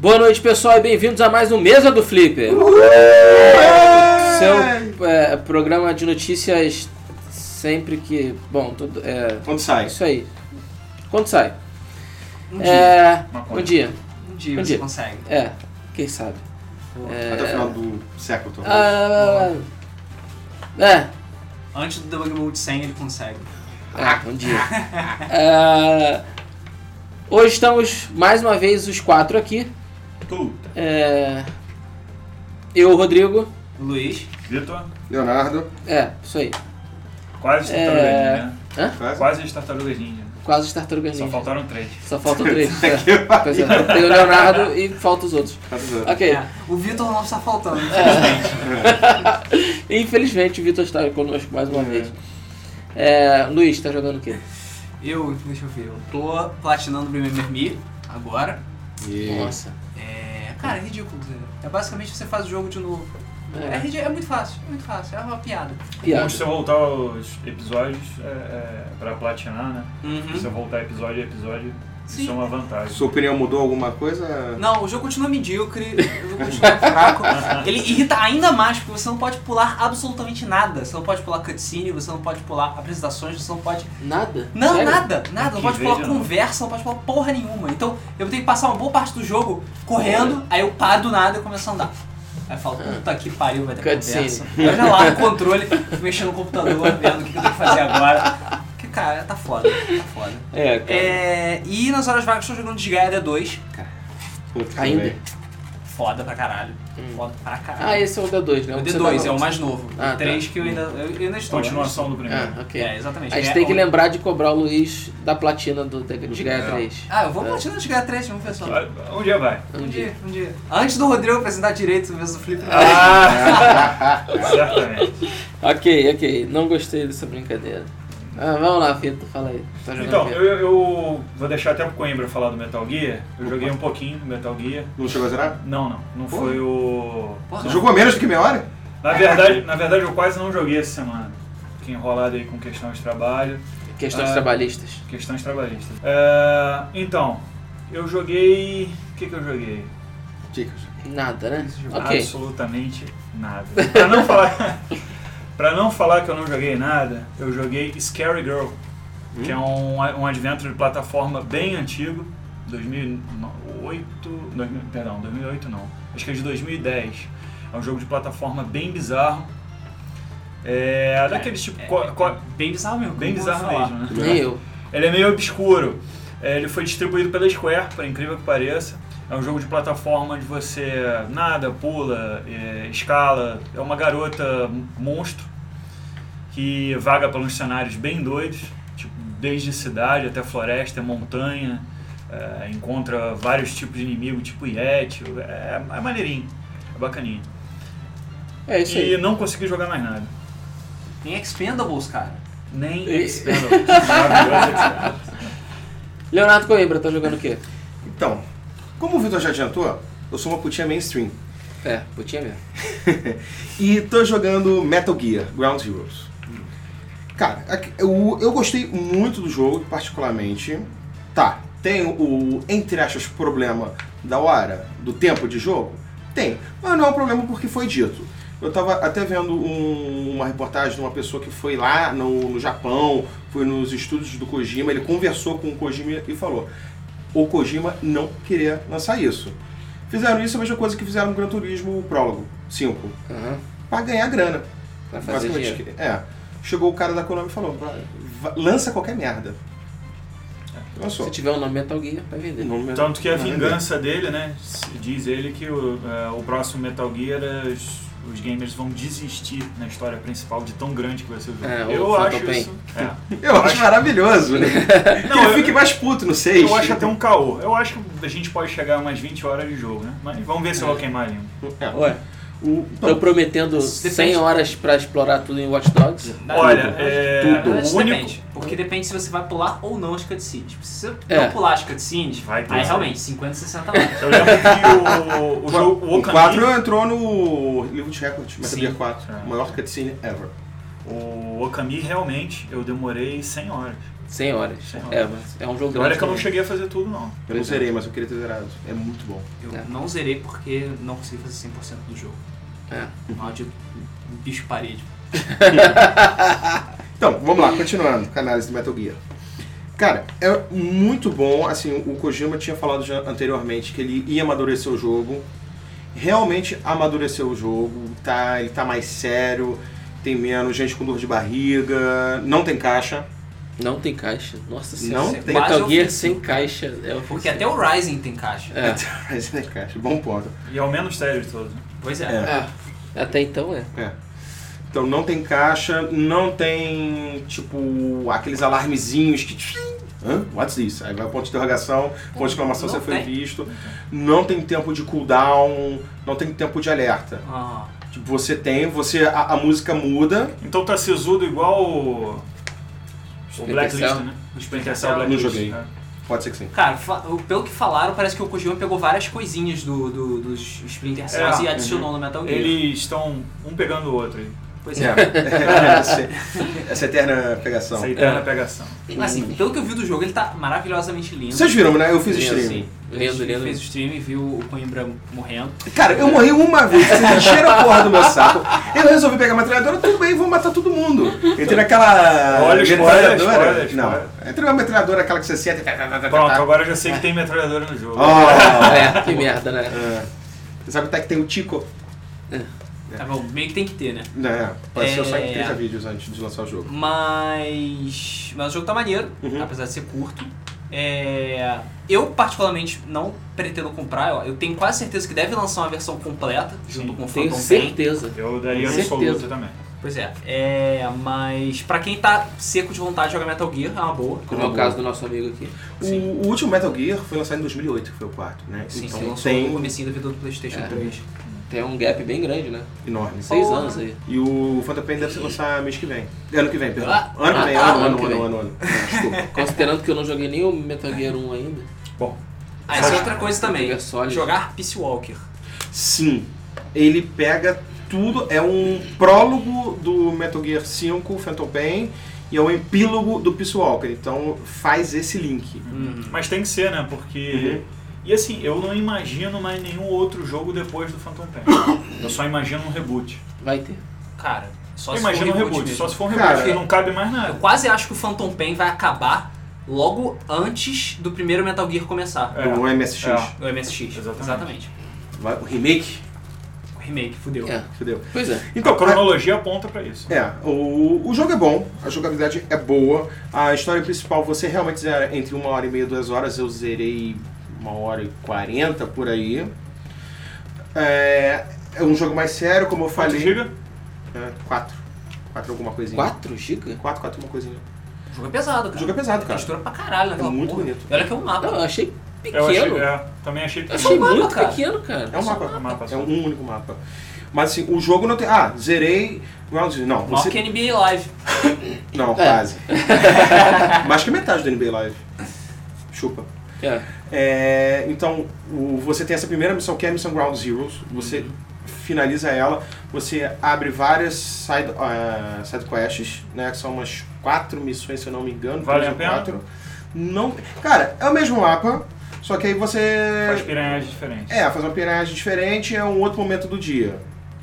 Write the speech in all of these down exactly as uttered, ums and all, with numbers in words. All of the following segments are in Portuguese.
Boa noite, pessoal, e bem-vindos a mais um Mesa do Flipper. Seu é, programa de notícias sempre que... Bom, tudo... É, Quando sai. Isso aí. Quando sai. Um dia. É, um dia. Um dia um você dia. consegue. É, quem sabe. É, Até o final do século, talvez. ah, é, Antes do Debug Mode cem ele consegue. é, um dia. É, hoje estamos mais uma vez os quatro aqui. Tudo. É, eu, Rodrigo. Luiz. Vitor, Leonardo. É, isso aí. quase as tartarugas É... ninja, né? Hã? Quase. Quase as tartarugas ninja. Quase os tartarugas Só ninja. faltaram três. Só faltam três. É. Pois é. Tem o Leonardo e faltam os outros. Ok. É, o Vitor não está faltando, infelizmente. Infelizmente o Vitor está conosco mais uma vez. É, Luiz, tá jogando o quê? Eu, deixa eu ver, eu tô platinando o Remember Me agora. E... Nossa. É, cara, é ridículo. É basicamente você faz o jogo de novo. É, É. rid- é muito fácil, é muito fácil, é uma piada. Piada. Bom, se você voltar aos episódios é, é, pra platinar, né? Uhum. Se você voltar episódio a episódio, Sim. isso é uma vantagem. Sua opinião mudou alguma coisa? Não, o jogo continua medíocre, o jogo continua fraco. Ele irrita ainda mais porque você não pode pular absolutamente nada. Você não pode pular cutscene, você não pode pular apresentações, você não pode... Nada? Não, Sério? nada, nada. Não Que pode pular inveja, não. conversa, não pode pular porra nenhuma. Então eu tenho que passar uma boa parte do jogo correndo, aí eu paro do nada e começo a andar. Aí eu falo, puta que pariu, vai ter Cutscene. conversa. Aí eu já largo o controle, fico mexendo no computador, vendo o que eu tenho que fazer agora. Porque, cara, tá foda, tá foda. É, cara. É, e nas horas vagas eu tô jogando Desgaia dois. Cara, Putz, Ainda? também. foda pra caralho. Hum. Foda pra caralho. Ah, esse é o D dois, né? o que D você dois tá- é o mais novo. Ah, o três tá. que eu ainda, eu ainda estou. Continuação do primeiro. Ah, ok. É, exatamente. A gente É tem que onde- lembrar de cobrar o Luiz da platina do de Gaia É. três. Ah, eu vou É. platinar de Desgaia três, vamos ver só. Um dia vai. Um Um dia. dia, um dia. Antes do Rodrigo apresentar direito o mesmo do Flip. Ah! Certamente. Ok, ok. Não gostei dessa brincadeira. Ah, vamos lá, Vitor, fala aí. Tá jogando Então, o quê? eu, eu vou deixar até pro Coimbra falar do Metal Gear. Eu joguei um pouquinho do Metal Gear. Não chegou a zerar? Não, não. Não Pô. foi o... Porra, Você jogou menos do que meia hora? Na verdade, na verdade, eu quase não joguei essa semana. Fiquei enrolado aí com questões de trabalho. Questões Ah. trabalhistas. Questões trabalhistas. É, então, eu joguei... O que que eu joguei? Dicas. Nada, né? Ok. Absolutamente nada. Pra não falar... pra não falar que eu não joguei nada, eu joguei Scary Girl, Hum? que é um, um adventure de plataforma bem antigo, dois mil e oito... dois mil, perdão, dois mil e oito não. Acho que é de dois mil e dez. É um jogo de plataforma bem bizarro. É daqueles tipo... É, co- co- é bem bizarro mesmo. bem como eu bizarro vou falar. mesmo, né? Nem eu. Ele é meio obscuro. É, ele foi distribuído pela Square, por incrível que pareça. É um jogo de plataforma onde você nada, pula, é, escala. É uma garota monstro que vaga pelos cenários bem doidos, tipo, desde cidade até floresta, montanha. É, encontra vários tipos de inimigo, tipo Yeti. É, é maneirinho, é bacaninho. É isso E aí. não consegui jogar mais nada. Tem Expendables, cara. Nem E- Expendables. Maravilhoso Expendables. Leonardo Coimbra, tá jogando o quê? Então, como o Vitor já adiantou, eu sou uma putinha mainstream. É, putinha mesmo. E tô jogando Metal Gear Ground Zeroes. Cara, aqui- eu, eu gostei muito do jogo, particularmente. Tá, tem o, entre aspas, problema da hora, do tempo de jogo? Tem, mas não é um problema porque foi dito. Eu tava até vendo um- uma reportagem de uma pessoa que foi lá no, no Japão, foi nos estúdios do Kojima, ele conversou com o Kojima e falou: o Kojima não queria lançar isso. Fizeram isso a mesma coisa que fizeram no Gran Turismo Prólogo cinco, Aham. pra ganhar grana. Vai fazer Basicamente, dinheiro. é. Chegou o cara da Konami e falou: "Vai, vai, lança qualquer merda." Lançou. Se tiver um nome Metal Gear, vai vender. Não me- Tanto que a não vingança dele, né, diz ele que o, é, o próximo Metal Gear, os, os gamers vão desistir na história principal de tão grande que vai ser o jogo. É, o eu Phantom acho Pain. isso. É. Eu acho maravilhoso, né? que Não, ele eu- fique mais puto no seis. Eu acho até um caô. Eu acho que a gente pode chegar a umas vinte horas de jogo, né? Mas vamos ver se eu vou queimar a língua. É. Ué, O, tô então, prometendo cem horas pra explorar tudo em Watch Dogs. Olha, é, Tudo. o Mas único... depende, porque depende se você vai pular ou não as cutscenes. Se você É. não pular as cutscenes, Vai ter aí sim. realmente cinquenta, sessenta horas. Eu lembro que o, o jogo, o o Okami, quatro entrou no livro de recordes, Metal Sim. Gear quatro. É. O maior cutscene ever. o Okami realmente eu demorei cem horas. cem horas. cem horas. É, mas é um jogo Olha grande. que eu não também. cheguei a fazer tudo, não. Eu não Pois é. zerei, mas eu queria ter zerado. É muito bom. Eu É. não zerei porque não consegui fazer cem por cento do jogo. É. Maldito bicho parede. Então, vamos lá, continuando com a análise do Metal Gear. Cara, é muito bom, assim, o Kojima tinha falado já anteriormente que ele ia amadurecer o jogo. Realmente amadureceu o jogo, tá, ele tá mais sério, tem menos gente com dor de barriga, não tem caixa. Não tem caixa. Nossa Não senhora. tem. Metal Quase Gear ofensivo. sem caixa. É Porque ofensivo. até o Rising tem caixa. É. Mas tem caixa, bom ponto. E é o menos sério de todos. Né? Pois é. É. É. Até então é. É. Então não tem caixa, não tem, tipo, aqueles alarmezinhos que... Hã? What's this? Aí vai o ponto de interrogação, ponto de exclamação, Não você foi tem. visto. Não tem tempo de cooldown, não tem tempo de alerta. Ah, Tipo, você tem, você a, a música muda. Então tá sisudo igual o, o Splinter Blacklist, Cell. né? O Splinter Cell Não Blacklist. joguei. É. Pode ser que sim. cara, fa- pelo que falaram, parece que o Kojima pegou várias coisinhas do, do- dos Splinter Cells É, e adicionou no Metal Gear. Eles estão um pegando o outro aí. Pois é. essa, essa eterna pegação. Essa eterna É. pegação. Assim, pelo que eu vi do jogo, ele tá maravilhosamente lindo. Vocês viram, né? Eu fiz Sim, stream. Sim. Lindo, Ele lindo. fez o stream e viu o Coimbra morrendo. Cara, eu morri uma vez, vocês encheram a porra do meu saco. Eu resolvi pegar a metralhadora, tudo bem, vou matar todo mundo. Entrei naquela Olha, spoiler, metralhadora. spoiler, Não, spoiler. entrei na metralhadora, aquela que você senta e... Pronto, agora eu já sei que tem metralhadora no jogo. Oh, É, que merda, né? é. Você sabe até que tem o Tico? Tá bom, meio que tem que ter, né? É, apareceu só em É. trinta vídeos antes de lançar o jogo. Mas. Mas o jogo tá maneiro, Uhum. apesar de ser curto. É, eu, particularmente, não pretendo comprar. Eu, eu tenho quase certeza que deve lançar uma versão completa junto Sim. com o Tenho Phantom Pain. certeza. Eu daria Com absoluta certeza. também. Pois é. é. Mas pra quem tá seco de vontade de jogar Metal Gear, é uma boa. Como é o caso do nosso amigo aqui. O, o último Metal Gear foi lançado em dois mil e oito, que foi o quarto, né? Sim, então sim, lançou tem no comecinho da vida do PlayStation É. três. Tem um gap bem grande, né? enorme. Seis Porra. anos aí. E o Phantom Pain deve ser lançar mês que vem. Ano que vem, perdão. Ah, ano que vem, ah, ano, ano ano, que ano, vem. ano, ano. Desculpa. Considerando que eu não joguei nem o Metal Gear um ainda. Bom, Ah, essa é outra coisa também. Metal Gear Solid. Jogar Peace Walker. Sim, ele pega tudo, é um prólogo do Metal Gear cinco, Phantom Pain, e é um epílogo do Peace Walker, então faz esse link. Uhum. mas tem que ser, né? Porque... E assim, eu não imagino mais nenhum outro jogo depois do Phantom Pain. Eu só imagino um reboot. Vai ter. Cara, só eu se for imagino um reboot reboot, mesmo. só se for um Cara, reboot, porque não cabe mais Eu nada. quase acho que o Phantom Pain vai acabar logo antes do primeiro Metal Gear começar. É. Do M S X. É. O M S X. Exatamente. Exatamente. Vai- O remake, O remake, fudeu. É. fudeu. Pois é. Então, A cronologia aponta pra isso. É, o, o jogo é bom, a jogabilidade é boa, a história principal você realmente zera entre uma hora e meia, duas horas, eu zerei uma hora e quarenta por aí. É, é um jogo mais sério, como eu Quanto falei. giga? É, quatro. Quatro alguma coisinha. quatro gigas? Quatro, quatro alguma coisinha. O jogo é pesado, cara. O jogo é pesado, cara. Textura pra caralho naquela É muito porra. bonito. E olha que é um mapa. Não, eu achei Eu achei, pequeno. é, também achei Eu pequeno. achei um mapa, muito cara. pequeno, cara. É um mapa. um mapa É só. um único mapa. Mas assim, o jogo não tem. Ah, zerei. Ground Zero. Não, Maior você. que N B A Live. Não, É. quase. Mais que metade do N B A Live. Chupa. É. É, então, o- você tem essa primeira missão que é a missão Ground Zeroes. Você finaliza ela, você abre várias side, uh, side quests, né? Que são umas quatro missões, se eu não me engano. Vale três a ou pena? quatro. Não, cara, é o mesmo mapa, só que aí você. Faz piranhas diferentes. É, faz uma piragem diferente, é um outro momento do dia.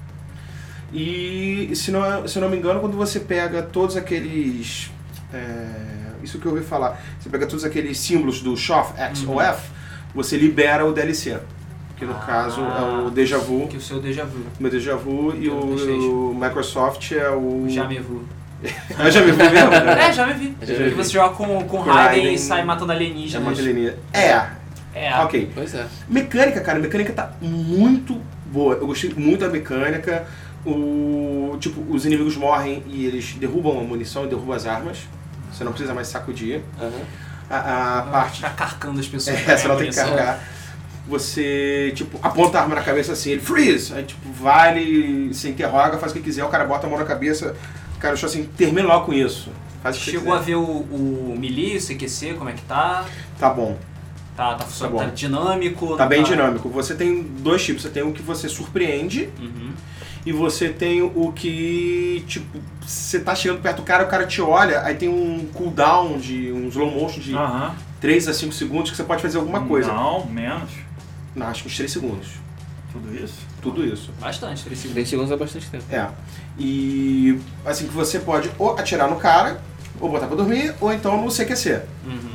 E se não, se eu não me engano, quando você pega todos aqueles. É, isso que eu ouvi falar. Você pega todos aqueles símbolos do Shoff, X ou F, você libera o D L C. Que no Ah, caso é o Deja Vu. Que o seu Deja Vu. O meu Deja Vu e Do o, PlayStation. o Microsoft é o. Já me vu. Ah, já me viu mesmo? É, já me vi. Já me Que vi. você joga com, com Com Raiden Raiden. e sai matando É alienígenas. uma alienígena. É, É, ok. Pois é. Mecânica, cara, a mecânica tá muito boa. Eu gostei muito da mecânica. O, tipo, os inimigos morrem e eles derrubam a munição e derrubam as armas. Você não precisa mais sacudir. Aham. A, a parte. Ficar carcando as pessoas. É, pra você ganhar não tem que munição. carregar. Você, tipo, aponta a arma na cabeça assim, ele freeze! Aí, tipo, vai, ele se interroga, faz o que quiser, o cara bota a mão na cabeça. Cara, eu acho assim, termina logo com isso. Faz o que você Chegou a quiser. ver o, o melee, o C Q C, como é que tá? Tá bom. Tá, tá funcionando, bom. tá, dinâmico? Tá não bem dinâmico. Você tem dois tipos. Você tem um que você surpreende Uhum. E você tem o que, tipo, você tá chegando perto do cara, o cara te olha, aí tem um cooldown, de, um slow motion de Aham. três a cinco segundos que você pode fazer alguma coisa. Não, menos. Não, acho que uns três segundos. Tudo isso? Tudo isso. Bastante, três segundos. dez segundos é bastante tempo. É. E assim que você pode ou atirar no cara, ou botar pra dormir, ou então no C Q C. Uhum.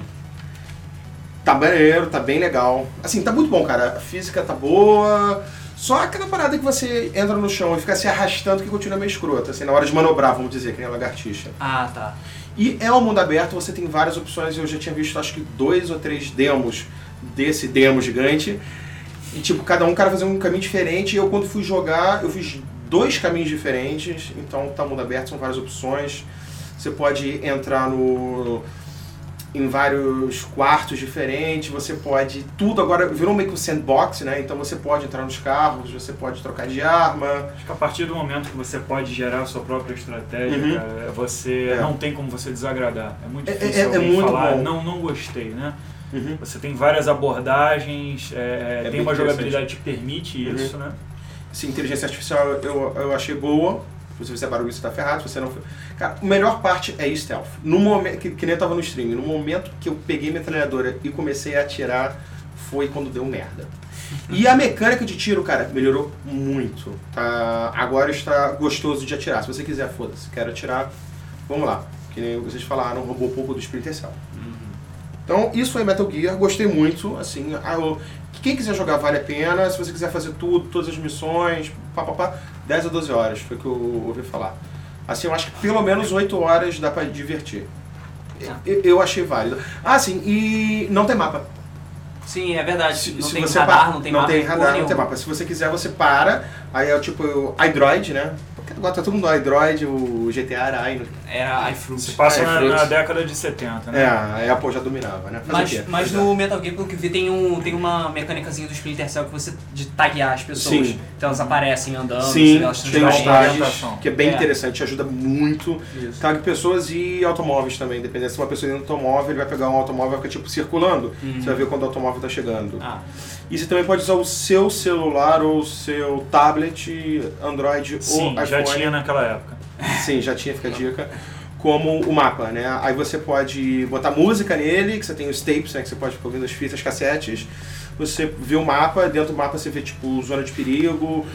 Tá maneiro, tá bem legal. Assim, tá muito bom, cara. A física tá boa. Só aquela parada que você entra no chão e fica se arrastando que continua meio escroto, assim, na hora de manobrar, vamos dizer, que nem a lagartixa. Ah, tá. E é um mundo aberto, você tem várias opções. Eu já tinha visto, acho que dois ou três demos desse demo gigante. E, tipo, cada um cara fazendo um caminho diferente. E eu, quando fui jogar, eu fiz dois caminhos diferentes. Então, tá mundo aberto, são várias opções. Você pode entrar no... em vários quartos diferentes, você pode... Tudo agora virou meio que um sandbox, né? Então você pode entrar nos carros, você pode trocar de arma. Acho que a partir do momento que você pode gerar a sua própria estratégia, Uhum. cara, você É. não tem como você desagradar. É muito É- difícil é- é alguém muito falar, bom. não, não gostei, né? Uhum. Você tem várias abordagens, é, É tem bem uma interessante. jogabilidade que permite Uhum. isso, né? Sim, inteligência artificial eu, eu achei boa. Se você fizer barulho, você tá ferrado. Se você não... Cara, a melhor parte é stealth. No momento, que, que nem eu tava no stream, no momento que eu peguei minha metralhadora e comecei a atirar, foi quando deu merda. E a mecânica de tiro, cara, melhorou muito. Tá? Agora está gostoso de atirar. Se você quiser, foda-se, quero atirar, vamos lá. Que nem vocês falaram, roubou pouco do Splinter Cell. Então, isso foi Metal Gear, gostei muito, assim, ah, eu- quem quiser jogar vale a pena, se você quiser fazer tudo, todas as missões, pá, pá, pá, dez a doze horas, foi o que eu ouvi falar. Assim, eu acho que pelo menos oito horas dá pra divertir. Eu, eu achei válido. Ah, sim, e não tem mapa. Sim, é verdade. Se, não se tem você radar, pa- não tem não mapa. tem de radar, porra não tem nenhuma. mapa. Se você quiser, você para, aí é o tipo o iDroid, né? Porque agora tá todo mundo no iDroid, o G T A era i. Era Se iFruit. passa É, na, fruits. na década de setenta, né? É, a Apple já dominava, né? Fazer o Mas, quê? mas Pois é. no Metal Gear, pelo que eu vi, tem, um, tem uma mecânicazinha do Splinter Cell que você de taguear as pessoas. Sim. Então elas aparecem andando, Sim, elas tem transformam os em- tags, orientação. que é bem É. interessante, ajuda muito. Isso. Tag pessoas e automóveis também, dependendo se uma pessoa dentro do automóvel, ele vai pegar um automóvel e fica tipo circulando, Uhum. você vai ver quando o automóvel está chegando. Ah, E você também pode usar o seu celular ou o seu tablet, Android Sim, ou iPhone. já tinha naquela época. Sim, já tinha, fica a dica. Como o mapa, né? Aí você pode botar música nele, que você tem os tapes, né? Que você pode ficar ouvindo as fitas, cassetes. Você vê o mapa, dentro do mapa você vê tipo zona de perigo,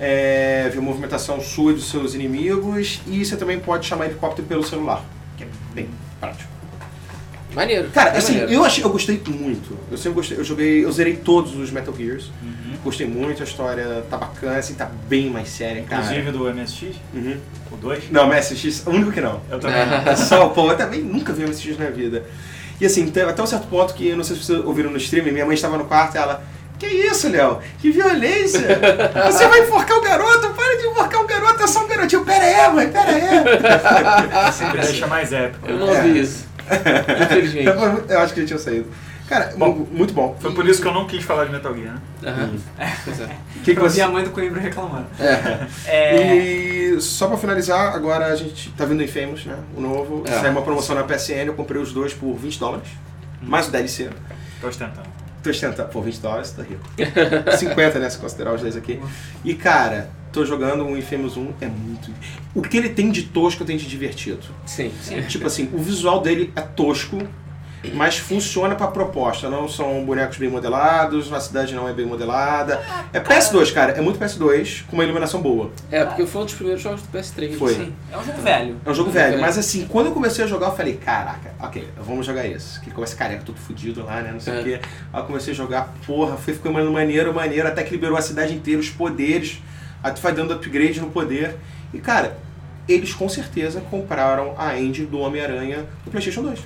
é, vê a movimentação sua e dos seus inimigos, e você também pode chamar helicóptero pelo celular, que é bem prático. Maneiro. Cara, é assim, maneiro. eu achei, eu gostei muito. Eu sempre gostei, eu joguei, eu zerei todos os Metal Gears. uhum. Gostei muito, a história tá bacana, assim, tá bem mais séria, cara. Inclusive do M S X, Uhum. o dois. Não, M S X, o único que não. Eu também. É só, pô, eu também nunca vi M S X na vida. E assim, tem até um certo ponto que, não sei se vocês ouviram no stream, minha mãe estava no quarto e ela... Que isso, Léo? Que violência! Você vai enforcar o garoto? Para de enforcar o garoto, é só um garotinho. Pera aí, mãe, pera aí. Sempre deixa mais épico. Eu né? não É. ouvi isso. Infelizmente. Eu acho que ele tinha saído. Cara, Bom, mu- muito bom. Foi por isso que eu não quis falar de Metal Gear, né? Aham. Pois é. O que, que Eu vi você... a mãe do Coimbra reclamando. É. É, E só pra finalizar, agora a gente tá vendo Infamous, né? O novo. É. Saiu uma promoção na P S N, eu comprei os dois por vinte dólares. Mais o D L C. Tô ostentando. Tô ostentando. Pô, vinte dólares, tá rico. cinquenta, né? Se considerar os dois aqui. E cara, tô jogando um Infamous um, é muito. O que ele tem de tosco tem de divertido. Sim, sim. Tipo assim, o visual dele é tosco, mas funciona pra proposta. Não são bonecos bem modelados, a cidade não é bem modelada. É P S dois, cara. É muito P S dois, com uma iluminação boa. É, porque foi um dos primeiros jogos do P S três. Foi. sim, é um jogo velho. É um jogo É velho, velho. mas assim, quando eu comecei a jogar, eu falei, caraca, ok, vamos jogar isso. Que começa careca, todo fudido lá, né, não sei o É. quê. Aí eu comecei a jogar, porra, foi ficando maneiro, maneiro, até que liberou a cidade inteira, os poderes, aí tu vai dando upgrade no poder. E cara, eles com certeza compraram a engine do Homem-Aranha do PlayStation dois.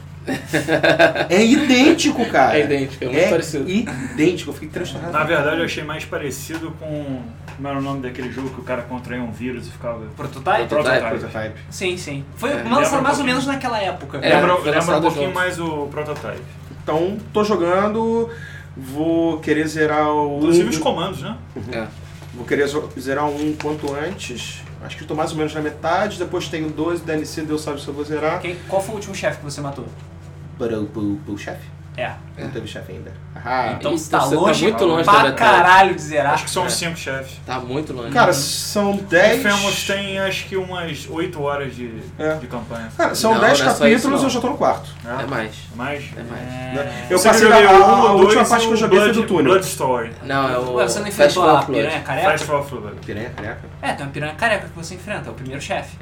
É idêntico, cara. É idêntico, é muito parecido. idêntico, eu fiquei transtornado. Na verdade, eu achei mais parecido com... Como era o nome daquele jogo que o cara contraía um vírus e ficava... Prototype? Prototype. Prototype. Sim, sim. Foi É, lançado lembra um mais ou pouquinho. menos naquela época. É, lembra foi lembra um lançado pouquinho junto. mais o Prototype. Então, tô jogando, vou querer zerar o... Inclusive os comandos, né? É. Vou querer zo- zerar um quanto antes. Acho que estou mais ou menos na metade. Depois tenho doze D L C, Deus sabe se eu vou zerar. Quem- qual foi o último chefe que você matou? Para o, o, o chefe? É. Não teve chefe ainda. Ah. Então Ih, você tá você tá longe muito longe da pra metade. caralho de zerar. Acho que são É. cinco chefes. Tá muito longe. Cara, são dez... Infamous tem acho que umas oito horas de, É. de campanha. Cara, são Não, dez não é só capítulos isso, não. e eu já tô no quarto. É, É mais. mais? É mais. É... Eu Você passei joguei da- a- a o última dois parte e que eu o joguei foi Blood- do túnel. Blood Story. Não, é o Ué, você não enfrentou Festival a of Blood. piranha careca? Festival of Blood. Piranha careca? É, tem uma piranha careca que você enfrenta, é o primeiro chefe.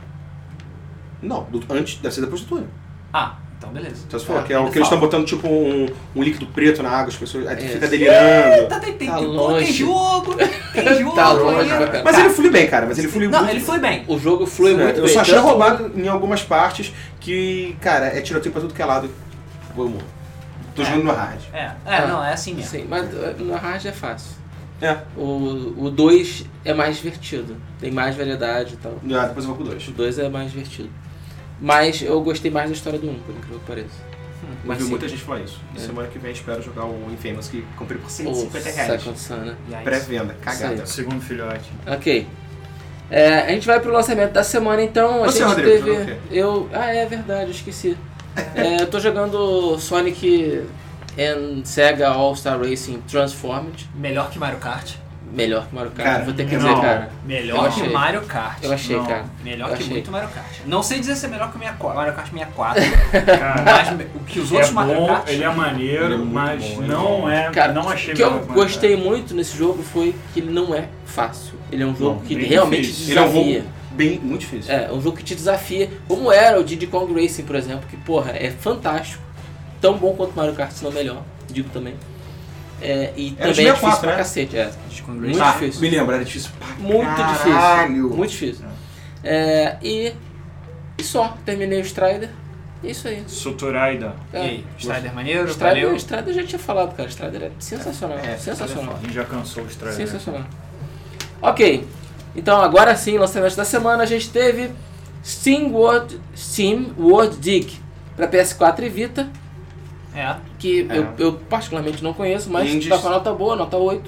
Não, do- antes, deve ser depois do túnel. Ah, então beleza. Então você falou Ah, que é o ainda que eles estão falta. botando tipo um, um líquido preto na água, as pessoas aí tu Isso. fica delirando. Tá, tem, tem, Tá tem, pô, longe. tem jogo, tem jogo. Tá longe ainda. pra caralho. Mas Tá. ele flui bem, cara, mas ele flui Não, muito ele foi bem. O jogo flui É, muito eu bem. só achei tanto- roubado em algumas partes que, cara, é tiroteio pra tudo que é lado. Vou morrer. Tô É. jogando no hard. É, é Ah, não, é assim mesmo. Sim, mas uh, na hard é fácil. É. O dois é mais divertido. Tem mais variedade e tal. Ah, depois eu vou pro dois. O dois é mais divertido. Mas eu gostei mais da história do um, por incrível que pareça. Mas Mas vi sim, muita gente falar isso. E É. semana que vem espero jogar o Infamous, que comprei por cento e o cinquenta reais. Second Son, né? E aí, Pré-venda, cagada. Isso Segundo filhote. Ok. É, a gente vai pro lançamento da semana, então. A Você, gente Rodrigo, teve. jogou o quê? Eu. Ah, é verdade, eu esqueci. É, eu tô jogando Sonic and Sega All-Star Racing Transformed. melhor que Mario Kart. Melhor que Mario Kart, Cara, vou ter que não. dizer, cara. Melhor Eu que achei. Mario Kart. Eu achei, Não. cara. Melhor Eu que achei. muito Mario Kart. Não sei dizer se é melhor que o sessenta e quatro, Mario Kart sessenta e quatro, Cara, mas o que os outros é Mario bom, Kart... ele é maneiro, Ele é muito mas bom, ele é não bom. é. Cara, não achei o que eu melhor Mario gostei Kart. muito nesse jogo foi que ele não é fácil. Ele é um jogo Não, que bem realmente difícil. Ele é um desafia. jogo bem, muito difícil. É, um jogo que te desafia, como era o Diddy Kong Racing, por exemplo, que, porra, é fantástico. Tão bom quanto Mario Kart, se não melhor, digo também. É, e Era de também é sessenta e difícil quatro, pra né? cacete, é. Muito Muito Ah, difícil. me lembro, era difícil pra Muito caralho. difícil. Muito difícil. É, e, e só, terminei o Strider. É isso aí. E Suturaida. É. aí, Strider maneiro, Strider, valeu? Strider eu já tinha falado, cara. Strider é sensacional. É, sensacional. A gente já cansou o Strider. Sensacional. Ok, então agora sim, lançamento da semana, a gente teve Steam World, Steam World Dig para P S quatro e Vita, É. que É. eu, eu particularmente não conheço, mas Indies. tá com a nota boa, nota oito.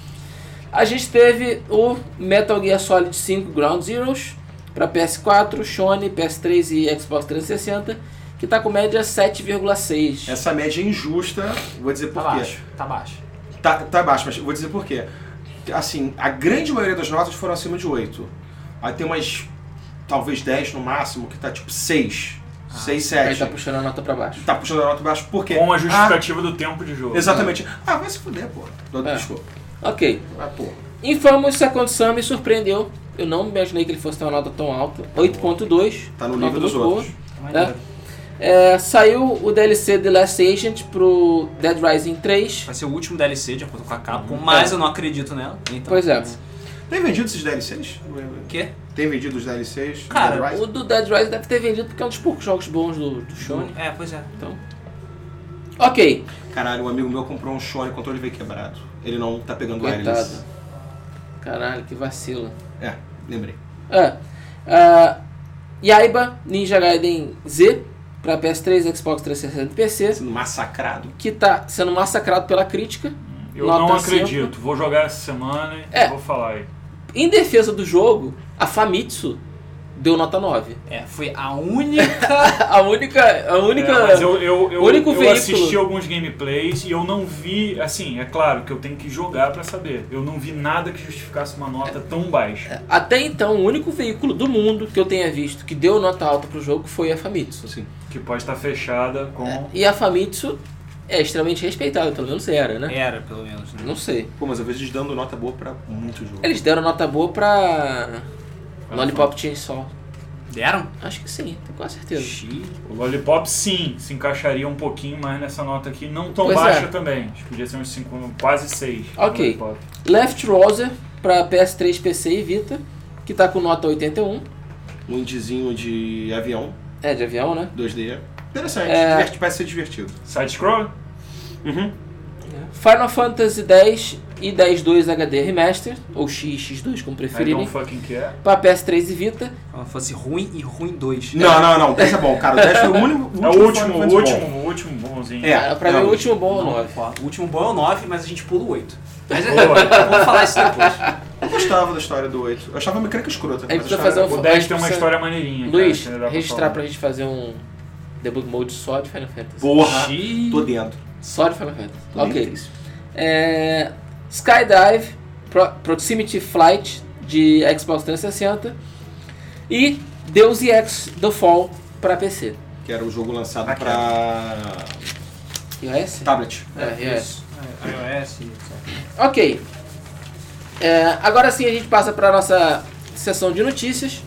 A gente teve o Metal Gear Solid cinco Ground Zeroes para P S quatro, Sony, P S três e Xbox trezentos e sessenta, que tá com média sete vírgula seis. Essa média é injusta, vou dizer Tá por quê. baixo, tá baixo. Tá, tá baixo, mas vou dizer por quê. Assim, a grande maioria das notas foram acima de oito. Aí tem umas, talvez dez no máximo, que tá tipo seis, seis, Aí sete. tá puxando a nota para baixo. Tá puxando a nota baixo por quê? Com a justificativa do tempo de jogo. Ah, exatamente. Ah, vai se fuder, pô. É. Desculpa. Ok. Ah, pô. Infamous Second Son me surpreendeu. Eu não imaginei que ele fosse ter uma nota tão alta. oito ponto dois. Tá no nota nível dos muito boa. outros. Maneiro. É, saiu o D L C The Last Agent pro Dead Rising três. Vai ser o último D L C, de acordo com a Capcom, mas É. eu não acredito nela. Então, Pois é. Tem vendido esses D L Cs? O quê? Tem vendido os D L Cs? Cara, Dead Rising? O do Dead Rising deve ter vendido porque é um dos poucos jogos bons do, do Sony. É, pois é. Então. Ok. Caralho, um amigo meu comprou um Sony, o controle veio quebrado. Ele não tá pegando Coitado. wireless. Caralho, que vacilo. É, lembrei. É. Ah, Yaiba Ninja Gaiden Z pra P S três, Xbox trezentos e sessenta e P C. Sendo massacrado. Que tá sendo massacrado pela crítica. Eu Nota não cinco. acredito. Vou jogar essa semana e É. vou falar aí. Em defesa do jogo, a Famitsu deu nota nove. É, foi a única. A única. A única. É, mas eu, eu, eu, único eu veículo- assisti alguns gameplays e eu não vi, assim, é claro que eu tenho que jogar pra saber. Eu não vi nada que justificasse uma nota tão baixa. Até então, o único veículo do mundo que eu tenha visto que deu nota alta pro jogo foi a Famitsu. Assim. Que pode estar fechada com... E a Famitsu é extremamente respeitada, pelo menos era, né? Era, pelo menos, né? Não sei. Pô, mas eu vejo eles dando nota boa pra muito jogo. Eles deram nota boa pra Lollipop Chainsaw. Deram? Acho que sim, tenho quase certeza. Xiii. O Lollipop, sim, se encaixaria um pouquinho mais nessa nota aqui. Não tão Pois baixa é. também. Acho que podia ser uns cinco, quase seis. Ok. Lollipop. Left Roser pra P S três, P C e Vita, que tá com nota oitenta e um. Um indizinho de avião, É, de avião, né? dois D. Interessante, É. Diverti- parece ser divertido. Side-scroll? Uhum. Final Fantasy X e dez dois H D Remaster, ou X, X dois, como I preferirem, don't fucking care. pra P S três e Vita. Ela fosse ruim e ruim dois. Não, não, não, dez é bom, cara. O dez foi o único. É o último, Final o Fantasy último, bom. o último bonzinho. É. Ah, pra não, mim o último bom é o Não, nove. O último bom é o nove, mas a gente pula o oito. Mas é, Boa. vamos falar isso depois. Eu gostava da história do oito. Eu achava a mecânica escrota. Aí mas precisa a história fazer um- O dez Mas tem uma precisa- história maneirinha. Luiz, cara, que dá pra registrar falar. pra gente fazer um debug mode só de Final Fantasy. Porra, Xiii. tô dentro. Só de Final Fantasy. Ok. Bonito. É, Skydive, Pro- Proximity Flight de Xbox trezentos e sessenta e Deus Ex The Fall para P C. Que era o jogo lançado Aqui. pra iOS? tablet. É, iOS. É, iOS, etcétera. Ok. É, agora sim a gente passa para a nossa sessão de notícias.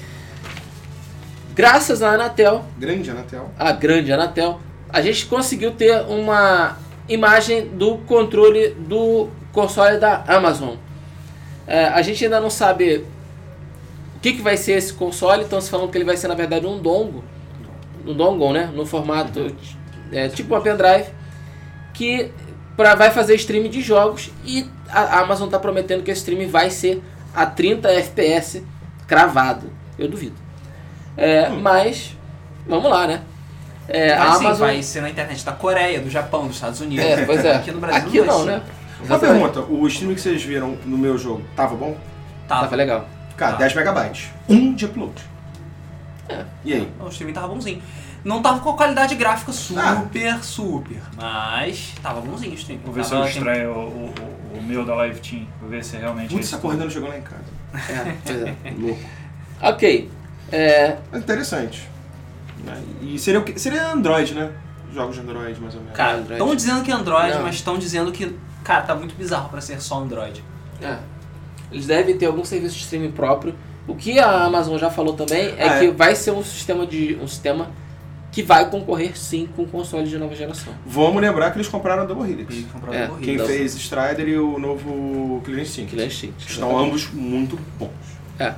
Graças à Anatel, Grande Anatel. a grande Anatel, a gente conseguiu ter uma imagem do controle do console da Amazon. É, a gente ainda não sabe o que, que vai ser esse console, estão se falando que ele vai ser na verdade um dongle, um dongle, né, no formato é, tipo uma pendrive, que pra, vai fazer streaming de jogos e a Amazon está prometendo que esse streaming vai ser a trinta F P S cravado. Eu duvido. É, mas, vamos lá, né? É, Mas a sim, Amazon... vai ser na internet da Coreia, do Japão, dos Estados Unidos. É, pois é. Aqui no Brasil Aqui não, não, vai né? ser. Uma pergunta, o stream que vocês viram no meu jogo, tava bom? Tá, Tava legal. Cara, Tá. dez megabytes. Um de upload. É. E aí? o streaming tava bonzinho. Não tava com a qualidade gráfica super, Ah. super, mas tava bonzinho o streaming. Vou ver se Tava- eu extraio o, o, o- o meu da Live Team. Vou ver se realmente é Putz, isso. essa corrida não chegou lá em casa. É, pois é. Louco. Ok. É, Mas interessante. Né? E seria o quê? Seria Android, né? Jogos de Android, mais ou menos. Cara, Android. estão dizendo que é Android, Não. mas estão dizendo que, cara, tá muito bizarro pra ser só Android. é. Eles devem ter algum serviço de streaming próprio. O que a Amazon já falou também é Ah, que é. vai ser um sistema de um sistema que vai concorrer sim com consoles de nova geração. Vamos lembrar que eles compraram a Double Helix. E compraram É, corrida. Quem Então- fez Strider e o novo Killer Instinct. Killer Instinct. Estão ambos muito bons. É.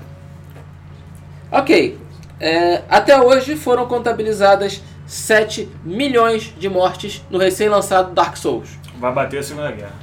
Ok. É, até hoje foram contabilizadas sete milhões de mortes no recém-lançado Dark Souls. Vai bater a Segunda Guerra.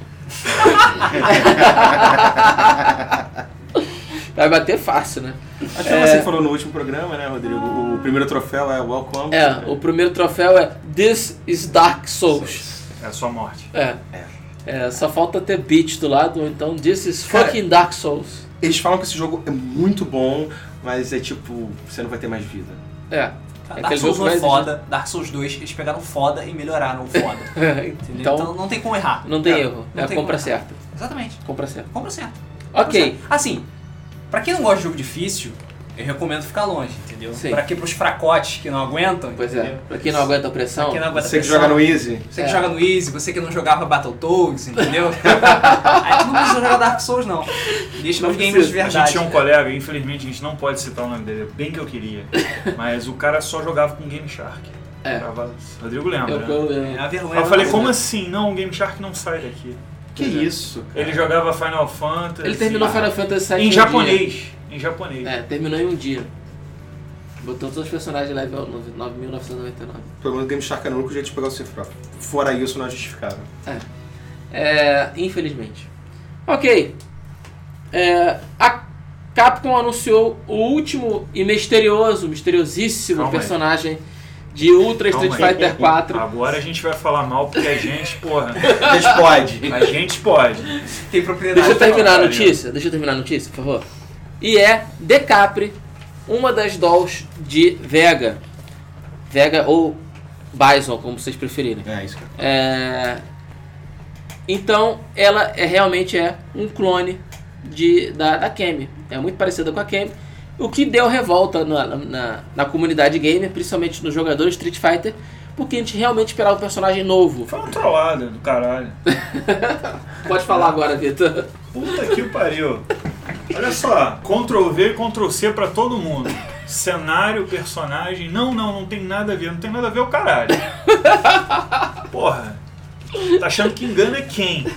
Vai bater fácil, né? Acho que foi você que falou no último programa, né, Rodrigo? O primeiro troféu é Welcome. É, o primeiro troféu é This is Dark Souls. É só morte. É. É, só falta ter beat do lado, ou então This is Cara, fucking Dark Souls. Eles falam que esse jogo é muito bom, mas é tipo, você não vai ter mais vida. É. Cara, É Dark aquele Souls jogo um é que vai foda, Dark Souls dois, eles pegaram foda e melhoraram o foda. Entendeu? Então, Então, não tem como errar. não tem É, erro. não É a tem compra como errar. certa. Exatamente. Compra certa. Compra certo. Ok. Compra certo. Assim, pra quem não gosta de jogo difícil, eu recomendo ficar longe, entendeu? Sim. Pra quem pros fracotes que não aguentam, Pois é. entendeu? Pra quem não aguenta a pressão. Pra quem não aguenta Você que pressão, joga no Easy. Você que É. joga no Easy, você que não jogava Battletoads, entendeu? Aí tu não precisa jogar Dark Souls, não. Deixa Não nos games precisa. de A verdade. gente tinha um colega, infelizmente a gente não pode citar o nome dele, bem que eu queria. Mas o cara só jogava com Game Shark. É. Jogava- Rodrigo lembra, Eu, né? eu, É eu, a vergonha. Aí eu falei, da como vida. assim? Não, o Game Shark não sai daqui. Que Pois é. isso, cara. Ele jogava Final Fantasy. Ele terminou Final Fantasy sete em um japonês. Em japonês. dia. É, terminou em um dia. Botou todos os personagens level nove mil novecentos e noventa e nove. Pelo menos o Game Shark era o único jeito de pegar o cifrão. Fora isso, não é justificável. É, infelizmente. Ok. É, a Capcom anunciou o último e misterioso, misteriosíssimo Calma aí. personagem de Ultra Calma Street aí. Fighter quatro. Agora a gente vai falar mal porque a gente, porra, A gente pode. a gente pode. Tem propriedade. Deixa eu terminar a Caralho. notícia. Deixa eu terminar a notícia, por favor. E é Decapre, uma das dolls de Vega. Vega ou Bison, como vocês preferirem. É isso, cara. É, Então, ela é, realmente é um clone de, da, da Kemi. É muito parecida com a Kemi. O que deu revolta na, na, na comunidade gamer, principalmente nos jogadores de Street Fighter, porque a gente realmente esperava um personagem novo. Foi uma trollada do caralho. Pode falar agora, Vitor. Puta que pariu. Olha só, Ctrl V e Ctrl C pra todo mundo. Cenário, personagem, não, não, não tem nada a ver, não tem nada a ver o caralho. Porra, tá achando que engana quem?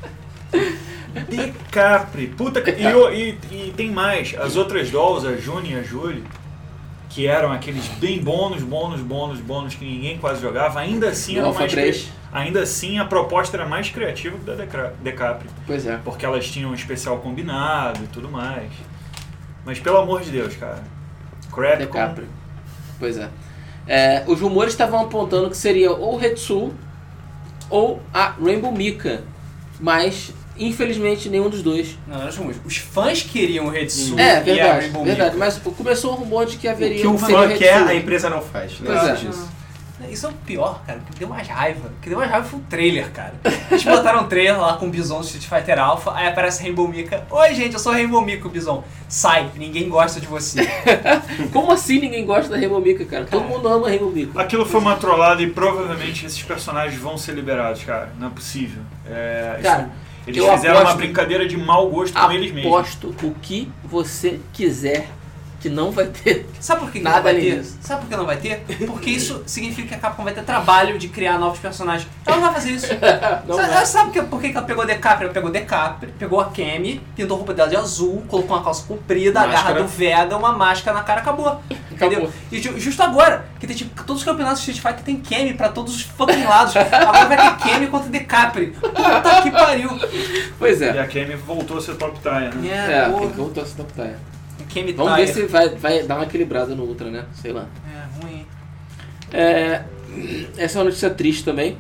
Decapre, puta que... E, o- e, e tem mais, as outras dolls, a Juni e a Julie, que eram aqueles bem bônus, bônus, bônus, bônus que ninguém quase jogava, ainda assim eram Alpha mais... três. cri- Ainda assim a proposta era mais criativa que da Deca- Decapre. Pois é. Porque elas tinham um especial combinado e tudo mais. Mas pelo amor de Deus, cara. Crapcom... Decapre. Pois é. É, os rumores estavam apontando que seria ou Hetsu ou a Rainbow Mika. Mas, infelizmente, nenhum dos dois. Não, nós fomos. Os fãs queriam o Redsu É, e a verdade, Rainbow verdade. Mika. Mas começou um rumor de que O haveria que o seria fã quer, Hetsu. a empresa não faz. Pois Nada é. disso. Isso é o pior, cara. O que deu mais raiva. O que deu mais raiva foi o trailer, cara. Eles botaram um trailer lá com o Bison do Street Fighter Alpha, aí aparece Rainbow Mika. Oi, gente, eu sou Rainbow Mika, o Bison. Sai, ninguém gosta de você. Como assim ninguém gosta da Rainbow Mika, cara? Todo Cara. mundo ama a Rainbow Mika. Aquilo foi uma trollada e provavelmente esses personagens vão ser liberados, cara. Não é possível. É, Cara, isso- eles eu fizeram uma aposto- brincadeira de mau gosto com eles mesmos. Aposto o que você quiser que não vai ter. Sabe por que, que Nada não vai além ter? disso. Sabe por que não vai ter? Porque isso significa que a Capcom vai ter trabalho de criar novos personagens. Ela não vai fazer isso. Não sabe, vai. sabe por que- por que que ela pegou a DeCaprio? Ela pegou a DeCaprio, pegou a Cammy, pintou a roupa dela de azul, colocou uma calça comprida, a garra Máscara. do Vega, uma máscara na cara, acabou. Entendeu? Acabou. E ju- justo agora, que tem tipo, todos os campeonatos de Street Fighter tem Cammy pra todos os fucking lados. Agora vai ter Cammy contra DeCaprio. Puta que pariu. Pois E é. a Cammy voltou a ser top tier, né? É, porra. tem que voltar essa top tier. Cammy Vamos Tire. ver se vai, vai dar uma equilibrada no Ultra, né? Sei lá. É, ruim. É, essa é uma notícia triste também.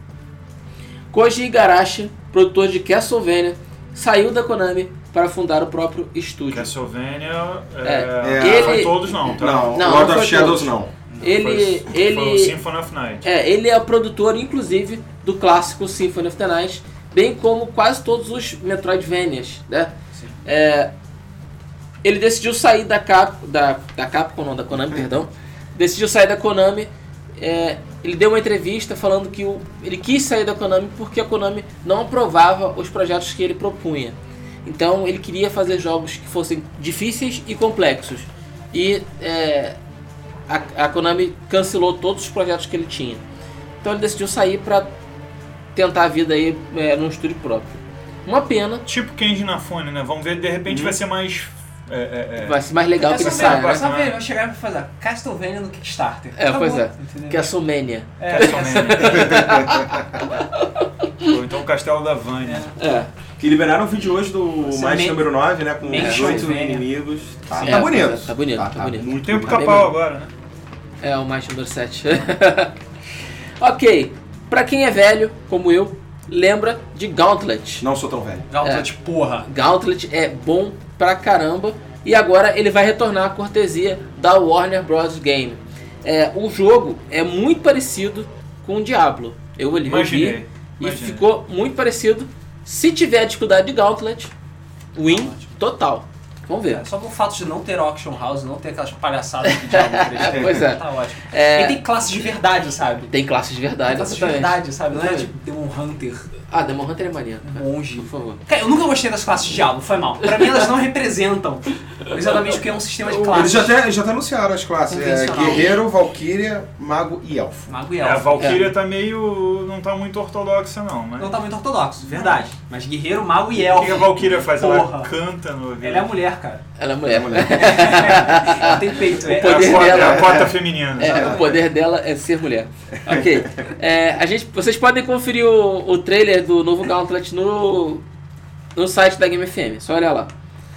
Koji Igarashi, produtor de Castlevania, saiu da Konami para fundar o próprio estúdio. Castlevania, É. é, É, não foi ele- todos não, tá? Não, Não, Lord não of foi Shadows todos. não. Ele, foi, ele, foi o Symphony of Night. é, ele é o produtor, inclusive, do clássico Symphony of the Night, bem como quase todos os Metroidvanias, né? Sim. É, ele decidiu sair da, Cap, da, da Capcom, não, da Konami, perdão. Decidiu sair da Konami. É, ele deu uma entrevista falando que o, ele quis sair da Konami porque a Konami não aprovava os projetos que ele propunha. Então ele queria fazer jogos que fossem difíceis e complexos. E é, a, a Konami cancelou todos os projetos que ele tinha. Então ele decidiu sair para tentar a vida aí é, num estúdio próprio. Uma pena, Tipo Kenji Inafune, né? Vamos ver, de repente Uhum. vai ser mais... É, é, é. vai ser mais legal que ele Só saia, ver, né? só ver, vai chegar e vai fazer Castlevania no Kickstarter. É, pois é. entendeu? Castlevania. É, Castlevania. Ou então o Castelo da Vânia. É. Que liberaram o vídeo hoje do Você mais me- número nove, né? Com Meio dezoito Castlevania. inimigos. Tá, Sim, tá é, bonito. pois é, tá bonito, tá bonito. muito Tem o bonito. pica-pau agora, né? É o mais número sete. Ok, pra quem é velho, como eu, lembra de Gauntlet. Não sou tão velho. Gauntlet, porra. Gauntlet é bom pra caramba e agora ele vai retornar à cortesia da Warner Bros. Game. É, o jogo é muito parecido com o Diablo. Eu ali Imaginei, vi e imaginei. ficou muito parecido. Se tiver dificuldade de Gauntlet, win total. Vamos ver. É, só com o fato de não ter auction house, não ter aquelas palhaçadas de Diablo três. Pois é. Tá ótimo. É, E tem classes de verdade, sabe? tem classes de Tem verdade. classes de exatamente. verdade, sabe? Não é Exatamente. tipo Demon Hunter, Ah, Demon Hunter é maneiro. monge. Por favor. Cara, eu nunca gostei das classes de Diablo, foi mal. Pra mim elas não representam exatamente o que é um sistema de Eles classes. já até, já até anunciaram as classes. É, Convencional. Guerreiro, Valkyria, Mago e Elfo. Mago e É, a Elfo. Valkyria tá meio... não tá muito ortodoxa não, mas... Não tá muito ortodoxo, verdade. Mas guerreiro, mago e O elfo. que, que a Valkyria faz? Ela Porra. canta no ouvido. Ela é a mulher, cara. Ela é mulher. mulher. Ela tem peito. É, É a poder cota, dela- é a cota feminina. É, o poder dela é ser mulher. Ok. É, a gente, vocês podem conferir o, o trailer do novo Gauntlet no, no site da Game F M. Só olha lá.